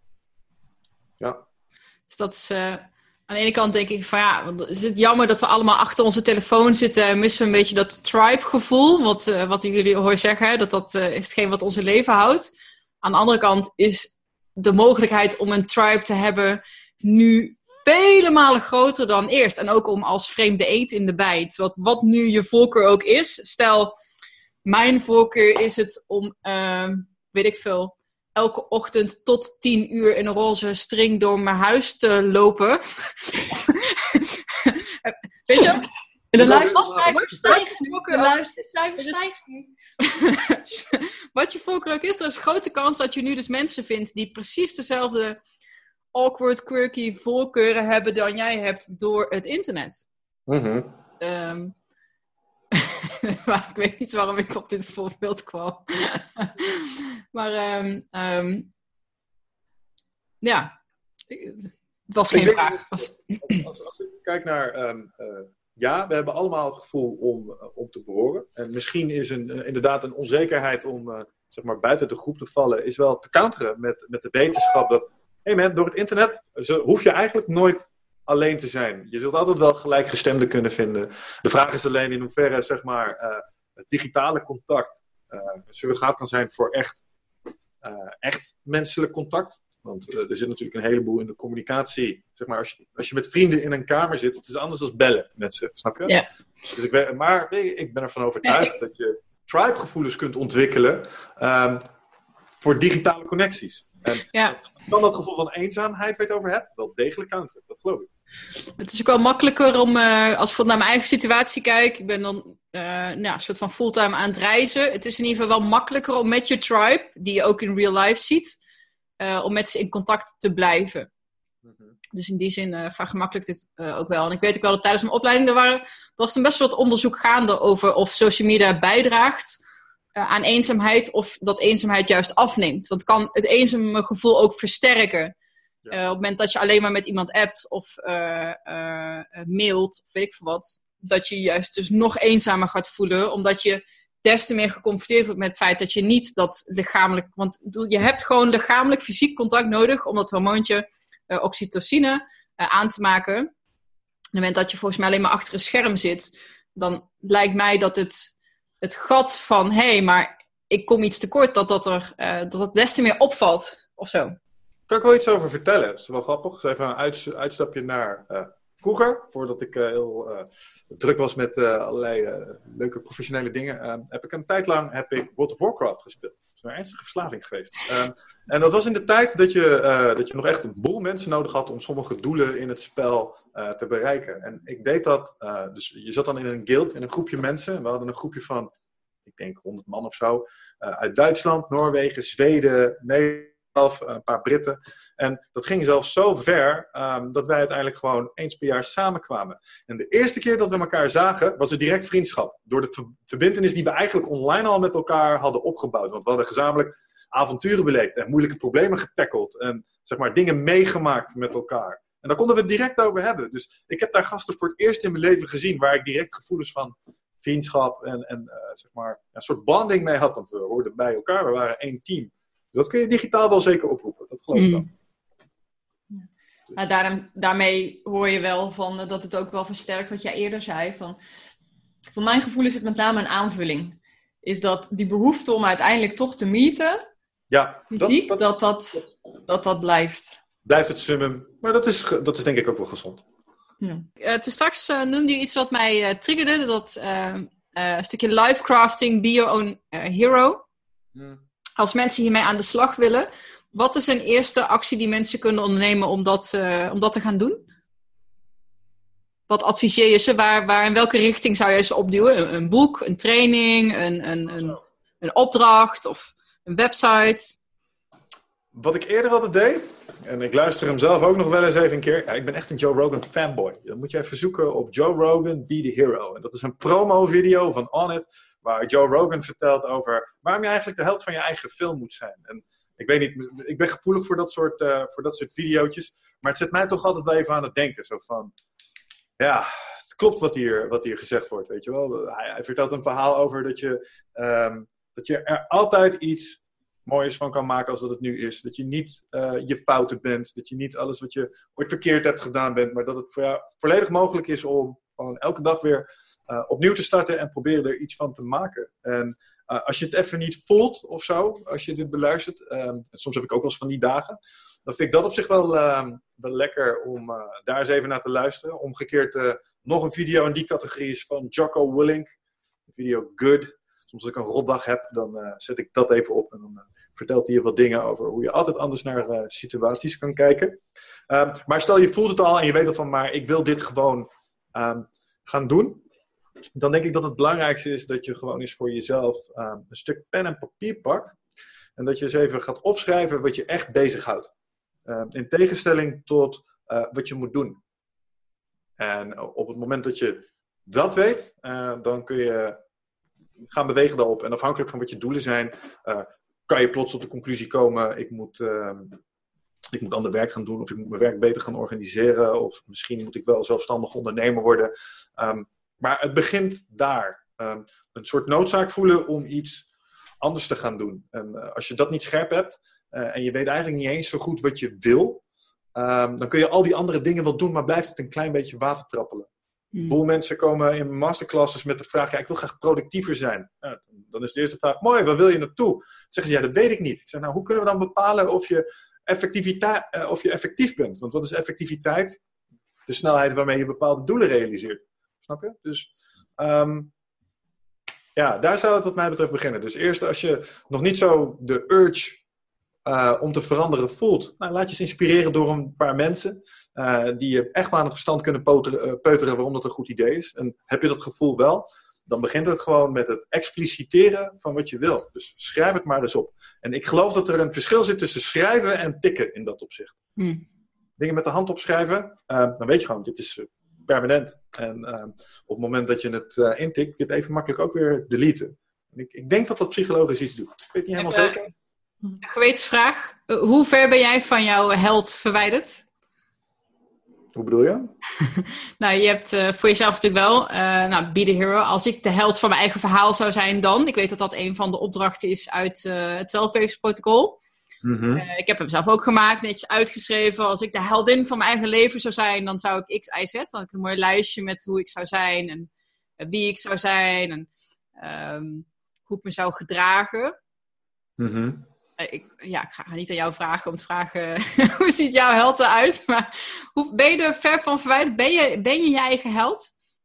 Ja. Dus dat is... Uh... Aan de ene kant denk ik van ja, is het jammer dat we allemaal achter onze telefoon zitten en missen we een beetje dat tribe-gevoel, wat, uh, wat jullie hoor zeggen, dat dat uh, is hetgeen wat onze leven houdt. Aan de andere kant is de mogelijkheid om een tribe te hebben nu vele malen groter dan eerst. En ook om als vreemde eend in de bijt. Wat, wat nu je voorkeur ook is. Stel, mijn voorkeur is het om, uh, weet ik veel, elke ochtend tot tien uur in een roze string door mijn huis te lopen. Weet je? De luistercijfers stijgen. De luistercijfers stijgen. Wat je voorkeur ook is, er is een grote kans dat je nu dus mensen vindt die precies dezelfde awkward, quirky voorkeuren hebben dan jij hebt door het internet. Mm-hmm. Um, maar ik weet niet waarom ik op dit voorbeeld kwam. maar um, um, ja, het was geen denk, vraag. Was... Als, als ik kijk naar... Um, uh, ja, we hebben allemaal het gevoel om, uh, om te behoren. En misschien is een, uh, inderdaad een onzekerheid om uh, zeg maar buiten de groep te vallen, is wel te counteren met, met de wetenschap dat, hé hey man, door het internet zo, hoef je eigenlijk nooit alleen te zijn. Je zult altijd wel gelijkgestemden kunnen vinden. De vraag is alleen in hoeverre, zeg maar, uh, het digitale contact uh, een surrogaat kan zijn voor echt, uh, echt menselijk contact. Want uh, er zit natuurlijk een heleboel in de communicatie. Zeg maar, als je, als je met vrienden in een kamer zit, het is anders dan bellen met ze, snap je? Ja. Dus ik ben, maar ik ben ervan overtuigd ja, ik... dat je tribe-gevoelens kunt ontwikkelen um, voor digitale connecties. En ja. dan dat gevoel van eenzaamheid waar je het over hebt, wel degelijk counteren, dat geloof ik. Het is ook wel makkelijker om, uh, als ik naar mijn eigen situatie kijk, ik ben dan uh, nou, een soort van fulltime aan het reizen. Het is in ieder geval wel makkelijker om met je tribe, die je ook in real life ziet, uh, om met ze in contact te blijven. Mm-hmm. Dus in die zin uh, vergemakkelijkt het uh, ook wel. En ik weet ook wel dat tijdens mijn opleiding, er, waren, er was toen best wel wat onderzoek gaande over of social media bijdraagt uh, aan eenzaamheid, of dat eenzaamheid juist afneemt. Dat kan het eenzame gevoel ook versterken. Ja. Uh, op het moment dat je alleen maar met iemand appt of uh, uh, mailt, of weet ik veel wat, dat je juist dus nog eenzamer gaat voelen, omdat je des te meer geconfronteerd wordt met het feit dat je niet dat lichamelijk, want je hebt gewoon lichamelijk fysiek contact nodig om dat hormoontje uh, oxytocine uh, aan te maken. Op het moment dat je volgens mij alleen maar achter een scherm zit, dan lijkt mij dat het, het gat van, hé, hey, maar ik kom iets tekort, dat dat er uh, dat het des te meer opvalt, of zo. Daar kan ik wel iets over vertellen. Dat is wel grappig. Dus even een uit, uitstapje naar uh, vroeger. Voordat ik uh, heel uh, druk was met uh, allerlei uh, leuke professionele dingen. Uh, heb ik een tijd lang heb ik World of Warcraft gespeeld. Dat is een ernstige verslaving geweest. Um, en dat was in de tijd dat je, uh, dat je nog echt een boel mensen nodig had om sommige doelen in het spel uh, te bereiken. En ik deed dat. Uh, dus je zat dan in een guild, in een groepje mensen. We hadden een groepje van, ik denk honderd man of zo. Uh, uit Duitsland, Noorwegen, Zweden, Nederland. Een paar Britten. En dat ging zelfs zo ver um, dat wij uiteindelijk gewoon eens per jaar samenkwamen. En de eerste keer dat we elkaar zagen, was er direct vriendschap. Door de ver- verbintenis die we eigenlijk online al met elkaar hadden opgebouwd. Want we hadden gezamenlijk avonturen beleefd en moeilijke problemen getackeld. En zeg maar dingen meegemaakt met elkaar. En daar konden we het direct over hebben. Dus ik heb daar gasten voor het eerst in mijn leven gezien waar ik direct gevoelens van vriendschap en, en uh, zeg maar een soort bonding mee had. Want we hoorden bij elkaar, we waren één team. Dat kun je digitaal wel zeker oproepen, dat geloof ik wel. Mm. Ja. Dus. Nou, daarom, daarmee hoor je wel van, uh, dat het ook wel versterkt wat jij eerder zei. Van, voor mijn gevoel is het met name een aanvulling. Is dat die behoefte om uiteindelijk toch te meeten, ja, fysiek, dat dat, dat, dat, dat, dat blijft. Blijft het summum, maar dat is, dat is denk ik ook wel gezond. Ja. Uh, toen straks uh, noemde je iets wat mij uh, triggerde, dat uh, uh, een stukje life crafting, be your own uh, hero. Mm. Als mensen hiermee aan de slag willen, wat is een eerste actie die mensen kunnen ondernemen om dat, uh, om dat te gaan doen? Wat adviseer je ze? Waar, waar, in welke richting zou je ze opduwen? Een, een boek, een training, een, een, een, een opdracht of een website? Wat ik eerder altijd deed, en ik luister hem zelf ook nog wel eens even een keer. Ja, ik ben echt een Joe Rogan fanboy. Dat moet je even zoeken op Joe Rogan, Be The Hero. En dat is een promo-video van On It, waar Joe Rogan vertelt over waarom je eigenlijk de held van je eigen film moet zijn. En ik weet niet, ik ben gevoelig voor dat soort, uh, voor dat soort videootjes. Maar het zet mij toch altijd wel even aan het denken. Zo van, ja, het klopt wat hier, wat hier gezegd wordt, weet je wel. Hij, hij vertelt een verhaal over dat je, um, dat je er altijd iets moois van kan maken als dat het nu is. Dat je niet uh, je fouten bent. Dat je niet alles wat je ooit verkeerd hebt gedaan bent. Maar dat het voor jou volledig mogelijk is om gewoon elke dag weer Uh, opnieuw te starten en proberen er iets van te maken. En Uh, als je het even niet voelt of zo, als je dit beluistert. Um, soms heb ik ook wel eens van die dagen. Dan vind ik dat op zich wel, uh, wel lekker om uh, daar eens even naar te luisteren. Omgekeerd uh, nog een video in die categorie is van Jocko Willink. De video Good. Soms als ik een rotdag heb, dan uh, zet ik dat even op. En dan uh, vertelt hij je wat dingen over hoe je altijd anders naar uh, situaties kan kijken. Um, maar stel je voelt het al en je weet al van, maar ik wil dit gewoon um, gaan doen. Dan denk ik dat het belangrijkste is dat je gewoon eens voor jezelf um, een stuk pen en papier pakt. En dat je eens even gaat opschrijven wat je echt bezighoudt. Um, in tegenstelling tot uh, wat je moet doen. En op het moment dat je dat weet, uh, dan kun je gaan bewegen daarop. En afhankelijk van wat je doelen zijn, uh, kan je plots tot de conclusie komen, ik moet, uh, ik moet ander werk gaan doen, of ik moet mijn werk beter gaan organiseren, of misschien moet ik wel zelfstandig ondernemer worden. Um, maar het begint daar. Um, een soort noodzaak voelen om iets anders te gaan doen. En uh, als je dat niet scherp hebt, uh, en je weet eigenlijk niet eens zo goed wat je wil, um, dan kun je al die andere dingen wel doen, maar blijft het een klein beetje watertrappelen. Een boel mensen komen in masterclasses met de vraag, ja, ik wil graag productiever zijn. Nou, dan is de eerste vraag, mooi, waar wil je naartoe? Dan zeggen ze, ja, dat weet ik niet. Ik zeg, nou, hoe kunnen we dan bepalen of je, effectiviteit, uh, of je effectief bent? Want wat is effectiviteit? De snelheid waarmee je bepaalde doelen realiseert. Snap je? Dus um, ja, daar zou het wat mij betreft beginnen. Dus eerst als je nog niet zo de urge uh, om te veranderen voelt, nou, laat je eens inspireren door een paar mensen uh, die je echt wel aan het verstand kunnen peuteren, uh, peuteren waarom dat een goed idee is. En heb je dat gevoel wel, dan begint het gewoon met het expliciteren van wat je wil. Dus schrijf het maar eens op. En ik geloof dat er een verschil zit tussen schrijven en tikken in dat opzicht. Mm. Dingen met de hand opschrijven, uh, dan weet je gewoon, dit is uh, permanent. En uh, op het moment dat je het uh, intikt, kun je het even makkelijk ook weer deleten. Ik, ik denk dat dat psychologisch iets doet. Ik weet niet helemaal Even, zeker. Een gewetensvraag. Hoe ver ben jij van jouw held verwijderd? Hoe bedoel je? Nou, je hebt uh, voor jezelf natuurlijk wel, uh, nou, be the hero. Als ik de held van mijn eigen verhaal zou zijn dan. Ik weet dat dat een van de opdrachten is uit uh, het zelfwervingsprotocol. Mm-hmm. Uh, ik heb hem zelf ook gemaakt, netjes uitgeschreven. Als ik de heldin van mijn eigen leven zou zijn, dan zou ik X, Y, Z. Dan heb ik een mooi lijstje met hoe ik zou zijn en uh, wie ik zou zijn en um, hoe ik me zou gedragen. Mm-hmm. Uh, ik, ja, ik ga niet aan jou vragen om te vragen hoe ziet jouw held eruit. Maar hoe, ben je er ver van verwijderd? Ben je ben je, je eigen held?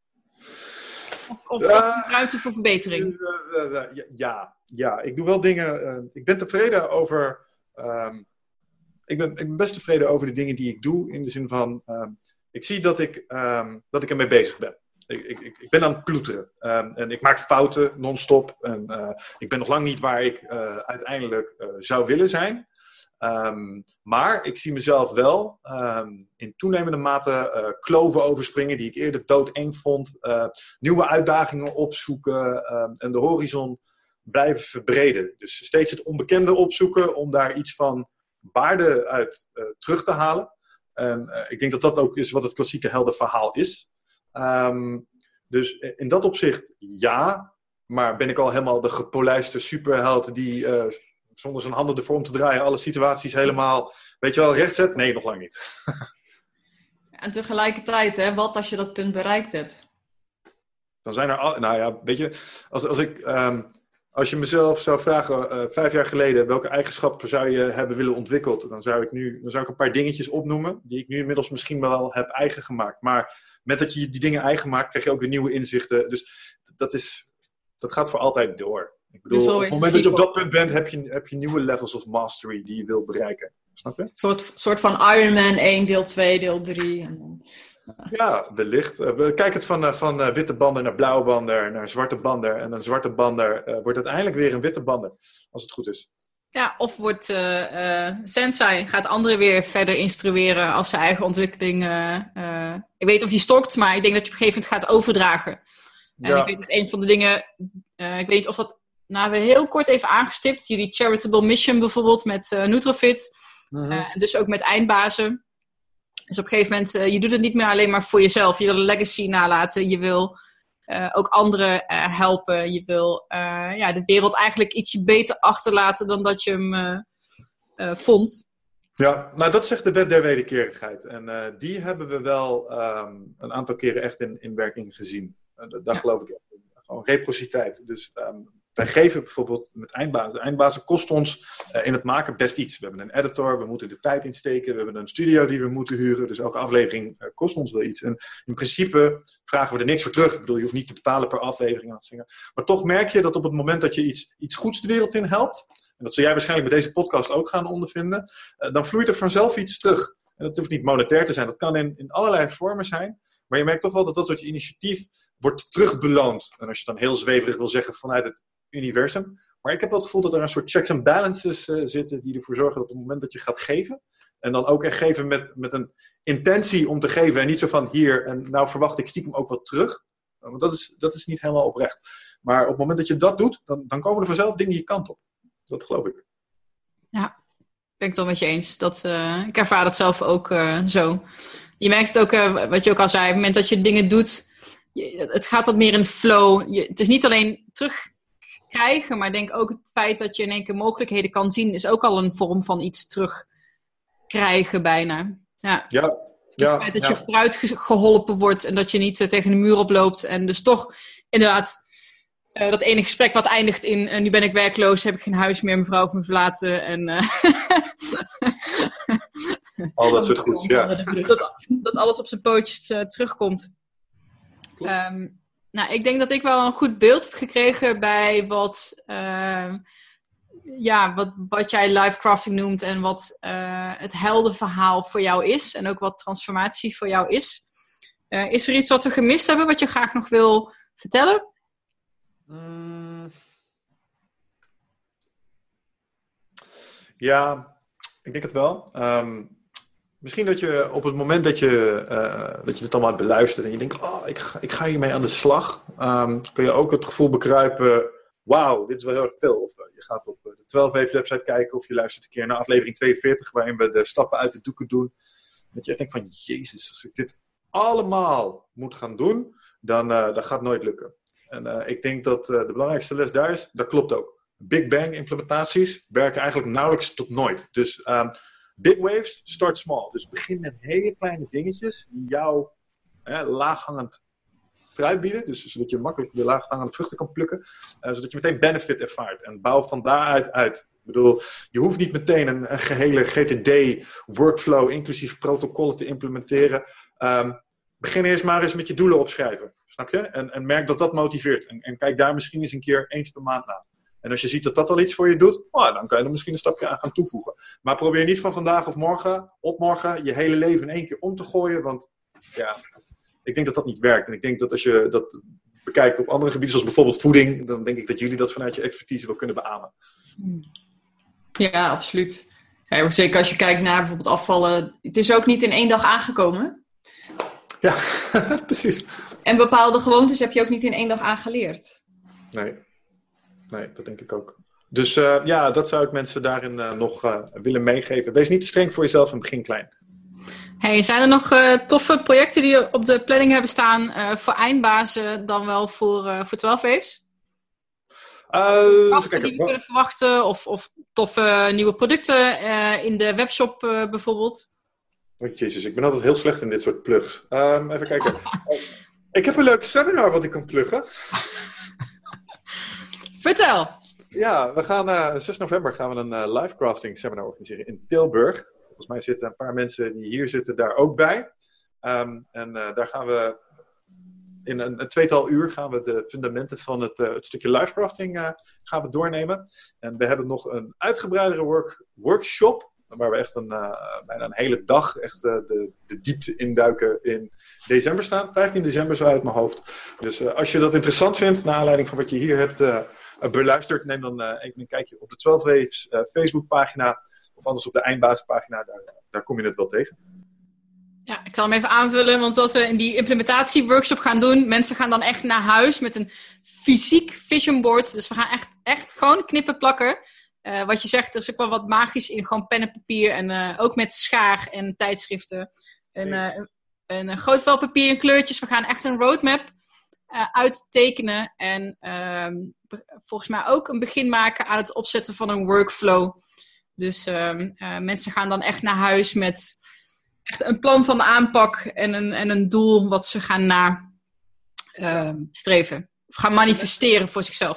Of, of uh, is er ruimte voor verbetering? Uh, uh, uh, ja, ja, ik doe wel dingen. Uh, ik ben tevreden over. Um, ik, ben, ik ben best tevreden over de dingen die ik doe. In de zin van. Um, ik zie dat ik, um, dat ik ermee bezig ben. Ik, ik, ik ben aan het ploeteren. Um, en ik maak fouten non-stop. En uh, ik ben nog lang niet waar ik uh, uiteindelijk uh, zou willen zijn. Um, maar ik zie mezelf wel um, in toenemende mate uh, kloven overspringen die ik eerder doodeng vond. Uh, nieuwe uitdagingen opzoeken um, en de horizon blijven verbreden. Dus steeds het onbekende opzoeken om daar iets van waarde uit uh, terug te halen. En uh, ik denk dat dat ook is wat het klassieke heldenverhaal is. Um, dus in dat opzicht ja, maar ben ik al helemaal de gepolijste superheld die uh, zonder zijn handen ervoor om te draaien alle situaties helemaal, weet je wel, recht zet? Nee, nog lang niet. En tegelijkertijd, hè, wat als je dat punt bereikt hebt? Dan zijn er, al, nou ja, weet je, als, als ik, um, als je mezelf zou vragen, uh, vijf jaar geleden, welke eigenschappen zou je hebben willen ontwikkeld, dan zou ik nu, dan zou ik een paar dingetjes opnoemen, die ik nu inmiddels misschien wel heb eigen gemaakt. Maar met dat je die dingen eigen maakt, krijg je ook weer nieuwe inzichten. Dus dat is, dat gaat voor altijd door. Ik bedoel, dus op het moment dat je op dat punt bent, heb je, heb je nieuwe levels of mastery die je wilt bereiken. Snap je? Een soort, soort van Iron Man één, deel twee, deel drie. En dan, uh. Ja, wellicht. Uh, kijk het van, uh, van uh, witte banden naar blauwe banden, naar zwarte banden. En een zwarte bander uh, wordt uiteindelijk weer een witte bander, als het goed is. Ja, of wordt uh, uh, Sensei, gaat anderen weer verder instrueren als zijn eigen ontwikkeling. Uh, uh, ik weet niet of die stokt, maar ik denk dat je op een gegeven moment gaat overdragen. En ja. Ik weet dat een van de dingen, uh, ik weet niet of dat, nou we hebben heel kort even aangestipt, jullie Charitable Mission bijvoorbeeld met uh, Nutrofit. Uh-huh. Uh, en dus ook met eindbazen. Dus op een gegeven moment, uh, je doet het niet meer alleen maar voor jezelf. Je wil een legacy nalaten, je wil uh, ook anderen uh, helpen. Je wil uh, ja, de wereld eigenlijk ietsje beter achterlaten dan dat je hem uh, uh, vond. Ja, nou dat zegt de wet der wederkerigheid. En uh, die hebben we wel um, een aantal keren echt in, in werking gezien. Uh, daar ja. geloof ik echt in. Gewoon reciprociteit. Dus um, wij geven bijvoorbeeld met eindbazen. Eindbazen kost ons uh, in het maken best iets. We hebben een editor, we moeten de tijd insteken. We hebben een studio die we moeten huren. Dus elke aflevering uh, kost ons wel iets. En in principe vragen we er niks voor terug. Ik bedoel, je hoeft niet te betalen per aflevering aan het zingen. Maar toch merk je dat op het moment dat je iets, iets goeds de wereld in helpt. En dat zul jij waarschijnlijk met deze podcast ook gaan ondervinden. Uh, dan vloeit er vanzelf iets terug. En dat hoeft niet monetair te zijn. Dat kan in, in allerlei vormen zijn. Maar je merkt toch wel dat dat soort initiatief wordt terugbeloond. En als je dan heel zweverig wil zeggen vanuit het universum. Maar ik heb wel het gevoel dat er een soort checks and balances uh, zitten die ervoor zorgen dat op het moment dat je gaat geven. En dan ook echt geven met, met een intentie om te geven. En niet zo van hier en nou verwacht ik stiekem ook wat terug. Want dat is, dat is niet helemaal oprecht. Maar op het moment dat je dat doet, dan, dan komen er vanzelf dingen je kant op. Dat geloof ik. Ja, ben ik het wel met je eens. Dat, uh, ik ervaar dat zelf ook uh, zo. Je merkt het ook, uh, wat je ook al zei, op het moment dat je dingen doet, je, het gaat wat meer in flow. Je, het is niet alleen terugkrijgen, maar ik denk ook het feit dat je in één keer mogelijkheden kan zien, is ook al een vorm van iets terugkrijgen bijna. Ja. Ja. Ja, het feit dat ja. je vooruit geholpen wordt en dat je niet uh, tegen de muur oploopt en dus toch inderdaad uh, dat ene gesprek wat eindigt in uh, nu ben ik werkloos, heb ik geen huis meer, mevrouw heeft me verlaten en uh, al dat soort goeds, ja. Dat, dat alles op zijn pootjes uh, terugkomt. Um, nou, ik denk dat ik wel een goed beeld heb gekregen bij wat, uh, ja, wat, wat jij life crafting noemt en wat uh, het heldenverhaal voor jou is en ook wat transformatie voor jou is. Uh, is er iets wat we gemist hebben wat je graag nog wil vertellen? Mm. Ja, ik denk het wel. Um, Misschien dat je op het moment dat je, uh, dat je het allemaal hebt beluisterd en je denkt, oh, ik ga, ik ga hiermee aan de slag. Um, kun je ook het gevoel bekruipen, wauw, dit is wel heel erg veel. Of uh, je gaat op de twaalf Waves website kijken of je luistert een keer naar aflevering tweeënveertig waarin we de stappen uit de doeken doen. Dat je echt denkt van, jezus, als ik dit allemaal moet gaan doen, dan uh, dat gaat nooit lukken. En uh, ik denk dat uh, de belangrijkste les daar is, dat klopt ook. Big Bang implementaties werken eigenlijk nauwelijks tot nooit. Dus um, Big Waves, start small. Dus begin met hele kleine dingetjes die jou eh, laaghangend fruit bieden. Dus zodat je makkelijk de laaghangende vruchten kan plukken. Uh, zodat je meteen benefit ervaart. En bouw van daaruit uit. Ik bedoel, je hoeft niet meteen een, een gehele G T D-workflow, inclusief protocollen te implementeren. Um, begin eerst maar eens met je doelen opschrijven. Snap je? En, en merk dat dat motiveert. En, en kijk daar misschien eens een keer eens per maand naar. En als je ziet dat dat al iets voor je doet, oh, dan kan je er misschien een stapje aan gaan toevoegen. Maar probeer niet van vandaag of morgen, op morgen, je hele leven in één keer om te gooien. Want ja, ik denk dat dat niet werkt. En ik denk dat als je dat bekijkt op andere gebieden, zoals bijvoorbeeld voeding, dan denk ik dat jullie dat vanuit je expertise wel kunnen beamen. Ja, absoluut. Ja, zeker als je kijkt naar bijvoorbeeld afvallen. Het is ook niet in één dag aangekomen. Ja, precies. En bepaalde gewoontes heb je ook niet in één dag aangeleerd. Nee. Nee, dat denk ik ook. Dus uh, ja, dat zou ik mensen daarin uh, nog uh, willen meegeven. Wees niet te streng voor jezelf en begin klein. Hey, zijn er nog uh, toffe projecten die op de planning hebben staan uh, voor eindbazen dan wel voor, uh, voor twaalf Waves? Uh, Gasten die we kunnen verwachten of, of toffe nieuwe producten uh, in de webshop uh, bijvoorbeeld? Oh, jezus, ik ben altijd heel slecht in dit soort plugs. Um, even kijken. Ik heb een leuk seminar wat ik kan pluggen. Vertel! Ja, we gaan uh, zes november gaan we een uh, live crafting seminar organiseren in Tilburg. Volgens mij zitten een paar mensen die hier zitten daar ook bij. Um, en uh, daar gaan we in een, een tweetal uur gaan we de fundamenten van het, uh, het stukje live crafting uh, gaan we doornemen. En we hebben nog een uitgebreidere work, workshop. Waar we echt een, uh, bijna een hele dag echt uh, de, de diepte induiken in december staan. vijftien december zo uit mijn hoofd. Dus uh, als je dat interessant vindt, naar aanleiding van wat je hier hebt uh, beluisterd, neem dan uh, even een kijkje op de twaalf Waves uh, Facebookpagina. Of anders op de eindbasispagina, daar, daar kom je het wel tegen. Ja, ik zal hem even aanvullen, want wat we in die implementatieworkshop gaan doen, mensen gaan dan echt naar huis met een fysiek vision board. Dus we gaan echt, echt gewoon knippen plakken. Uh, wat je zegt, er is ook wel wat magisch in gewoon pen en papier. En uh, ook met schaar en tijdschriften. Een, uh, een, een groot vel papier en kleurtjes. We gaan echt een roadmap uh, uittekenen. En uh, volgens mij ook een begin maken aan het opzetten van een workflow. Dus uh, uh, mensen gaan dan echt naar huis met echt een plan van de aanpak. En een, en een doel wat ze gaan nastreven. Uh, of gaan manifesteren voor zichzelf.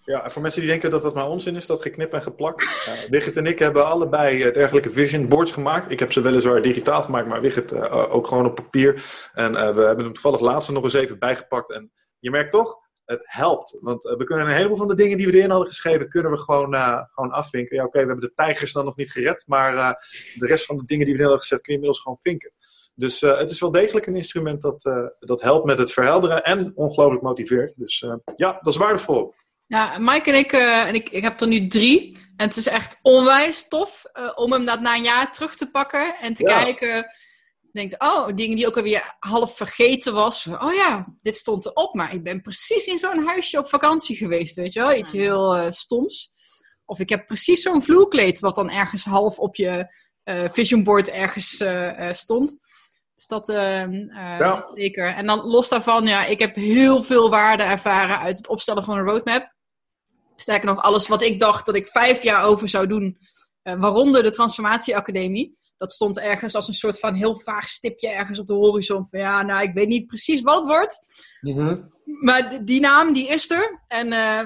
Ja, en voor mensen die denken dat dat maar onzin is, dat geknipt en geplakt. Uh, Wigert en ik hebben allebei uh, dergelijke vision boards gemaakt. Ik heb ze weliswaar digitaal gemaakt, maar Wigert uh, ook gewoon op papier. En uh, we hebben hem toevallig laatst nog eens even bijgepakt. En je merkt toch, het helpt. Want uh, we kunnen een heleboel van de dingen die we erin hadden geschreven, kunnen we gewoon, uh, gewoon afvinken. Ja, oké, okay, we hebben de tijgers dan nog niet gered, maar uh, de rest van de dingen die we erin hadden gezet, kun je inmiddels gewoon vinken. Dus uh, het is wel degelijk een instrument dat, uh, dat helpt met het verhelderen en ongelooflijk motiveert. Dus uh, ja, dat is waardevol. Ja, Mike en ik, uh, en ik, ik heb er nu drie. En het is echt onwijs tof uh, om hem dat na een jaar terug te pakken en te ja. kijken. Denkt, oh, dingen die ook alweer half vergeten was. Oh ja, dit stond erop, maar ik ben precies in zo'n huisje op vakantie geweest, weet je wel? Iets heel uh, stoms. Of ik heb precies zo'n vloerkleed wat dan ergens half op je uh, vision board ergens uh, uh, stond. Dus dat uh, uh, ja. zeker. En dan los daarvan, ja, ik heb heel veel waarde ervaren uit het opstellen van een roadmap. Sterker nog, alles wat ik dacht dat ik vijf jaar over zou doen, uh, waaronder de Transformatieacademie. Dat stond ergens als een soort van heel vaag stipje ergens op de horizon. Van ja, nou, ik weet niet precies wat het wordt. Mm-hmm. Maar die naam, die is er. En uh,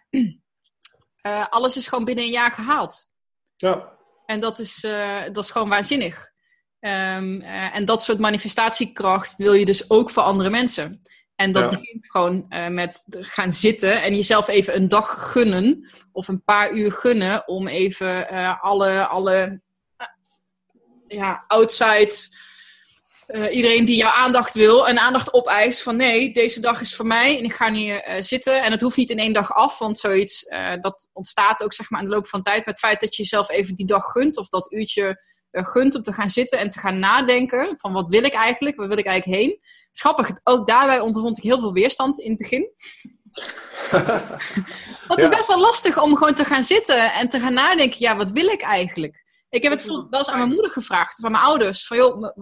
uh, alles is gewoon binnen een jaar gehaald. Ja. En dat is, uh, dat is gewoon waanzinnig. Um, uh, en dat soort manifestatiekracht wil je dus ook voor andere mensen. En dat ja. begint gewoon uh, met gaan zitten en jezelf even een dag gunnen. Of een paar uur gunnen om even uh, alle... alle ja, outside, uh, iedereen die jouw aandacht wil en aandacht opeist van nee, deze dag is voor mij en ik ga hier uh, zitten. En het hoeft niet in één dag af, want zoiets, uh, dat ontstaat ook zeg maar aan de loop van tijd. Met het feit dat je jezelf even die dag gunt of dat uurtje uh, gunt om te gaan zitten en te gaan nadenken van wat wil ik eigenlijk, waar wil ik eigenlijk heen. Schappig, ook daarbij ondervond ik heel veel weerstand in het begin. Want het is best wel lastig om gewoon te gaan zitten en te gaan nadenken, ja, wat wil ik eigenlijk? Ik heb het wel eens aan mijn moeder gevraagd, van mijn ouders. Van joh,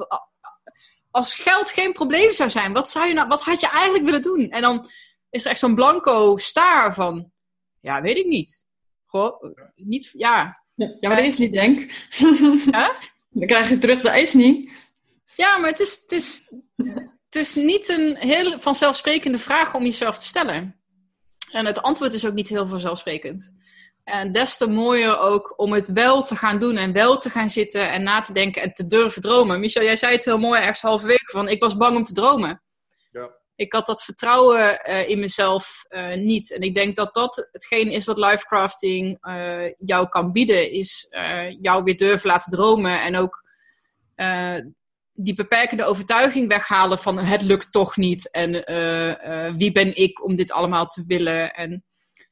als geld geen probleem zou zijn, wat, zou je nou, wat had je eigenlijk willen doen? En dan is er echt zo'n blanco staar van, ja, weet ik niet. Goh, niet, ja. Ja, maar dat is niet, denk. Ja? Dan krijg je terug, dat is niet. Ja, maar het is, het is, het is niet een heel vanzelfsprekende vraag om jezelf te stellen. En het antwoord is ook niet heel vanzelfsprekend. En des te mooier ook om het wel te gaan doen en wel te gaan zitten en na te denken en te durven dromen. Michel, jij zei het heel mooi ergens halverwege van, ik was bang om te dromen. Ja. Ik had dat vertrouwen uh, in mezelf uh, niet. En ik denk dat dat hetgeen is wat Lifecrafting uh, jou kan bieden, is uh, jou weer durven laten dromen en ook uh, die beperkende overtuiging weghalen van het lukt toch niet en uh, uh, wie ben ik om dit allemaal te willen. En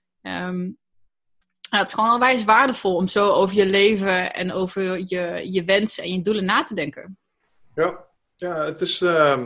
um, ja, het is gewoon onwijs waardevol om zo over je leven en over je, je wensen en je doelen na te denken. Ja, ja het is, uh,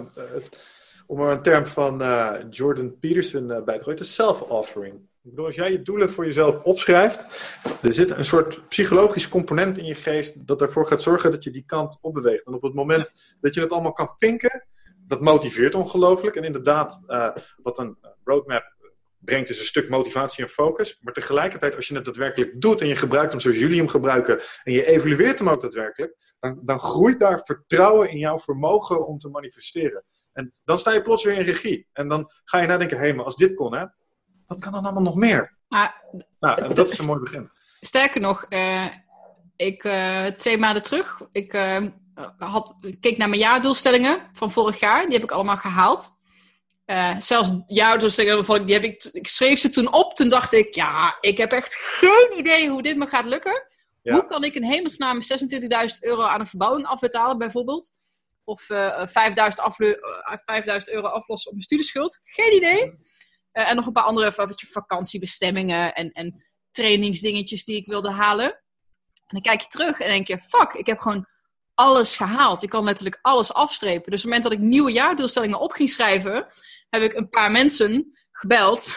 om er een term van uh, Jordan Peterson uh, bij te gooien, het is self-offering. Ik bedoel, als jij je doelen voor jezelf opschrijft, er zit een soort psychologisch component in je geest dat ervoor gaat zorgen dat je die kant opbeweegt. En op het moment ja. dat je het allemaal kan vinken, dat motiveert ongelooflijk. En inderdaad, uh, wat een roadmap brengt is een stuk motivatie en focus. Maar tegelijkertijd, als je het daadwerkelijk doet en je gebruikt hem zoals jullie hem gebruiken en je evalueert hem ook daadwerkelijk, dan, dan groeit daar vertrouwen in jouw vermogen om te manifesteren. En dan sta je plots weer in regie. En dan ga je nadenken, hé, hey, maar als dit kon, hè, wat kan dan allemaal nog meer? Ah, nou, het, dat is een mooi begin. Sterker nog, uh, ik uh, twee maanden terug, ik, uh, had, ik keek naar mijn jaardoelstellingen van vorig jaar. Die heb ik allemaal gehaald. Uh, zelfs jaardoelstellingen, die heb ik, ik schreef ze toen op. Toen dacht ik, ja, ik heb echt geen idee hoe dit me gaat lukken. Ja. Hoe kan ik in hemelsnaam zesentwintigduizend euro aan een verbouwing afbetalen, bijvoorbeeld? Of uh, vijfduizend, afle- uh, vijfduizend euro aflossen op mijn studieschuld? Geen idee. Uh, en nog een paar andere vakantiebestemmingen en, en trainingsdingetjes die ik wilde halen. En dan kijk je terug en denk je, fuck, ik heb gewoon alles gehaald. Ik kan letterlijk alles afstrepen. Dus op het moment dat ik nieuwe jaardoelstellingen op ging schrijven, heb ik een paar mensen gebeld.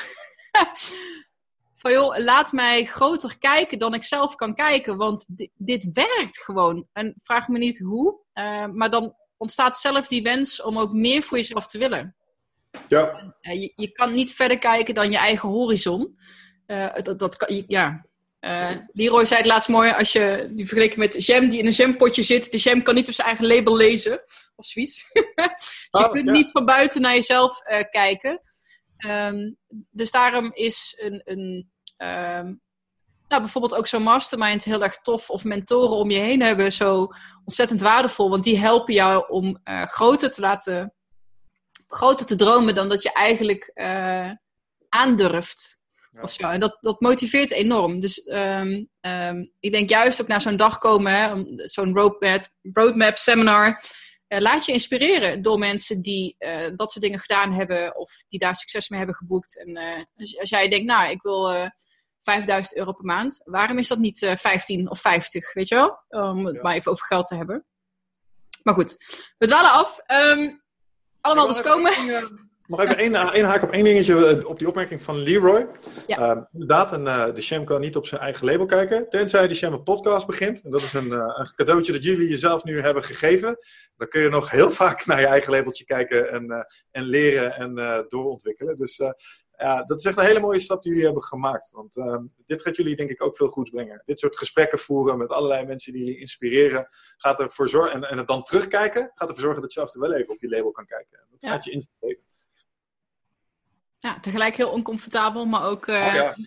Van joh, laat mij groter kijken dan ik zelf kan kijken. Want di- dit werkt gewoon. En vraag me niet hoe. Uh, maar dan ontstaat zelf die wens om ook meer voor jezelf te willen. Ja. Uh, je, je kan niet verder kijken dan je eigen horizon. Uh, dat, dat kan, ja... Uh, Leroy zei het laatst mooi, als je die vergeleken met jam die in een jampotje zit, de jam kan niet op zijn eigen label lezen, of zoiets. Dus je oh, kunt ja. niet van buiten naar jezelf uh, kijken. Um, dus daarom is een, een um, nou, bijvoorbeeld ook zo'n mastermind heel erg tof. Of mentoren om je heen hebben zo ontzettend waardevol. Want die helpen jou om uh, groter te laten... groter te dromen dan dat je eigenlijk uh, aandurft. Ja. Of zo. En dat, dat motiveert enorm. Dus um, um, ik denk juist ook naar zo'n dag komen, hè, zo'n roadmap, roadmap seminar. Uh, laat je inspireren door mensen die uh, dat soort dingen gedaan hebben of die daar succes mee hebben geboekt. En uh, als, als jij denkt, nou, ik wil uh, vijfduizend euro per maand. Waarom is dat niet uh, vijftien of vijftig, weet je wel? Om het ja. maar even over geld te hebben. Maar goed, we dwalen af. Um, allemaal dus komen. Nog even één, één haak op één dingetje op die opmerking van Leroy. Ja. Uh, inderdaad, en, uh, de Shem kan niet op zijn eigen label kijken, tenzij de Shem een podcast begint. En dat is een, uh, een cadeautje dat jullie jezelf nu hebben gegeven. Dan kun je nog heel vaak naar je eigen labeltje kijken en, uh, en leren en uh, doorontwikkelen. Dus uh, ja, dat is echt een hele mooie stap die jullie hebben gemaakt. Want uh, dit gaat jullie denk ik ook veel goeds brengen. Dit soort gesprekken voeren met allerlei mensen die jullie inspireren, gaat ervoor zorgen, en, en het dan terugkijken, gaat ervoor zorgen dat je af en toe wel even op je label kan kijken. Dat ja. gaat je inspireren. Ja, tegelijk heel oncomfortabel, maar ook uh... oh, ja.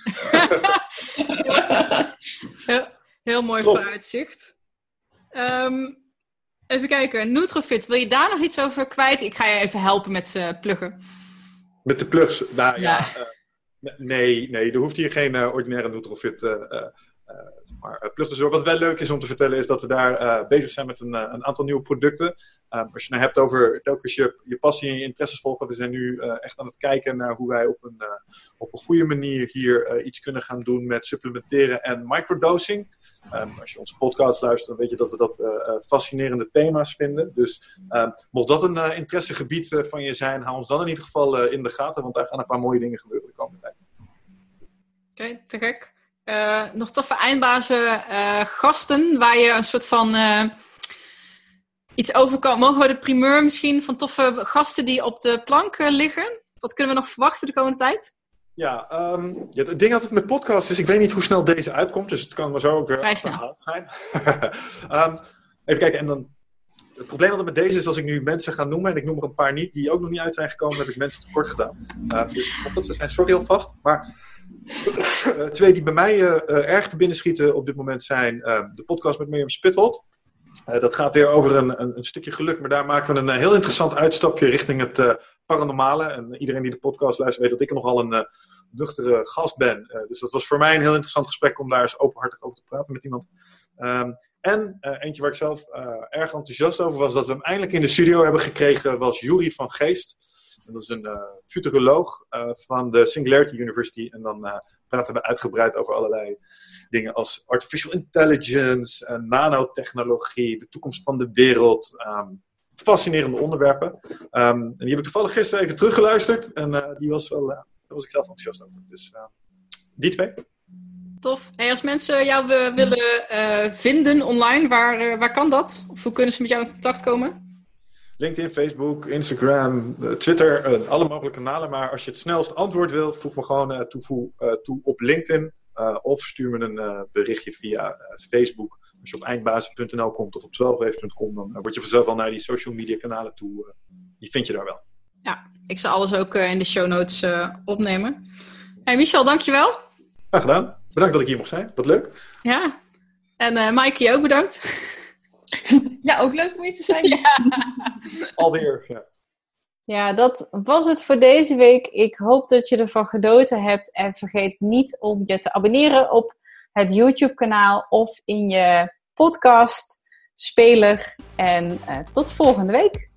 heel, heel mooi Klopt. vooruitzicht. Um, even kijken, Nutrofit, wil je daar nog iets over kwijt? Ik ga je even helpen met uh, pluggen. Met de plugs? Nou ja, ja uh, nee, nee, er hoeft hier geen uh, ordinaire Nutrofit uh, uh, maar, uh, plug te zorgen. Wat wel leuk is om te vertellen is dat we daar uh, bezig zijn met een, uh, een aantal nieuwe producten. Um, als je het nou hebt over telkens je, je passie en je interesses volgen. We zijn nu uh, echt aan het kijken naar hoe wij op een, uh, op een goede manier hier uh, iets kunnen gaan doen met supplementeren en microdosing. Um, als je onze podcast luistert, dan weet je dat we dat uh, uh, fascinerende thema's vinden. Dus um, mocht dat een uh, interessegebied uh, van je zijn, hou ons dan in ieder geval uh, in de gaten. Want daar gaan een paar mooie dingen gebeuren de komende tijd. Oké, okay, te gek. Uh, nog toffe eindbazen, uh, gasten waar je een soort van... Uh, iets over kan. Mogen we de primeur misschien van toffe gasten die op de plank uh, liggen? Wat kunnen we nog verwachten de komende tijd? Ja, um, ja, het ding altijd met podcasts is, ik weet niet hoe snel deze uitkomt, dus het kan maar zo ook weer afgehaald zijn. um, even kijken, en dan, het probleem altijd met deze is, als ik nu mensen ga noemen, en ik noem er een paar niet, die ook nog niet uit zijn gekomen, heb ik mensen tekort gedaan. Uh, dus dat zijn sorry alvast, maar uh, twee die bij mij uh, uh, erg te binnen schieten op dit moment zijn uh, de podcast met Mirjam Spitholt. Uh, dat gaat weer over een, een, een stukje geluk, maar daar maken we een uh, heel interessant uitstapje richting het uh, paranormale. En uh, iedereen die de podcast luistert weet dat ik nogal een uh, nuchtere gast ben. Uh, dus dat was voor mij een heel interessant gesprek om daar eens openhartig over te praten met iemand. Um, en uh, eentje waar ik zelf uh, erg enthousiast over was, dat we hem eindelijk in de studio hebben gekregen, was Juri van Geest. En dat is een uh, futuroloog uh, van de Singularity University. En dan uh, praten we uitgebreid over allerlei dingen als artificial intelligence, uh, nanotechnologie, de toekomst van de wereld. Um, fascinerende onderwerpen. Um, en die heb ik toevallig gisteren even teruggeluisterd. En uh, die was wel, uh, daar was ik zelf enthousiast over. Dus uh, die twee. Tof. En als mensen jou uh, willen uh, vinden online, waar, uh, waar kan dat? Of hoe kunnen ze met jou in contact komen? LinkedIn, Facebook, Instagram, Twitter, uh, alle mogelijke kanalen. Maar als je het snelst antwoord wil, voeg me gewoon uh, toe, uh, toe op LinkedIn. Uh, of stuur me een uh, berichtje via uh, Facebook. Als je op eindbazen punt n l komt of op twaalfweef punt com, dan uh, word je vanzelf al naar die social media kanalen toe. Uh, die vind je daar wel. Ja, ik zal alles ook uh, in de show notes uh, opnemen. Hey Michel, dankjewel. Graag gedaan. Bedankt dat ik hier mocht zijn. Wat leuk. Ja. En uh, Maaike, ook bedankt. Ja, ook leuk om hier te zijn. Ja. Alweer, ja. Ja, dat was het voor deze week. Ik hoop dat je ervan genoten hebt. En vergeet niet om je te abonneren op het YouTube-kanaal of in je podcast-speler. En uh, tot volgende week.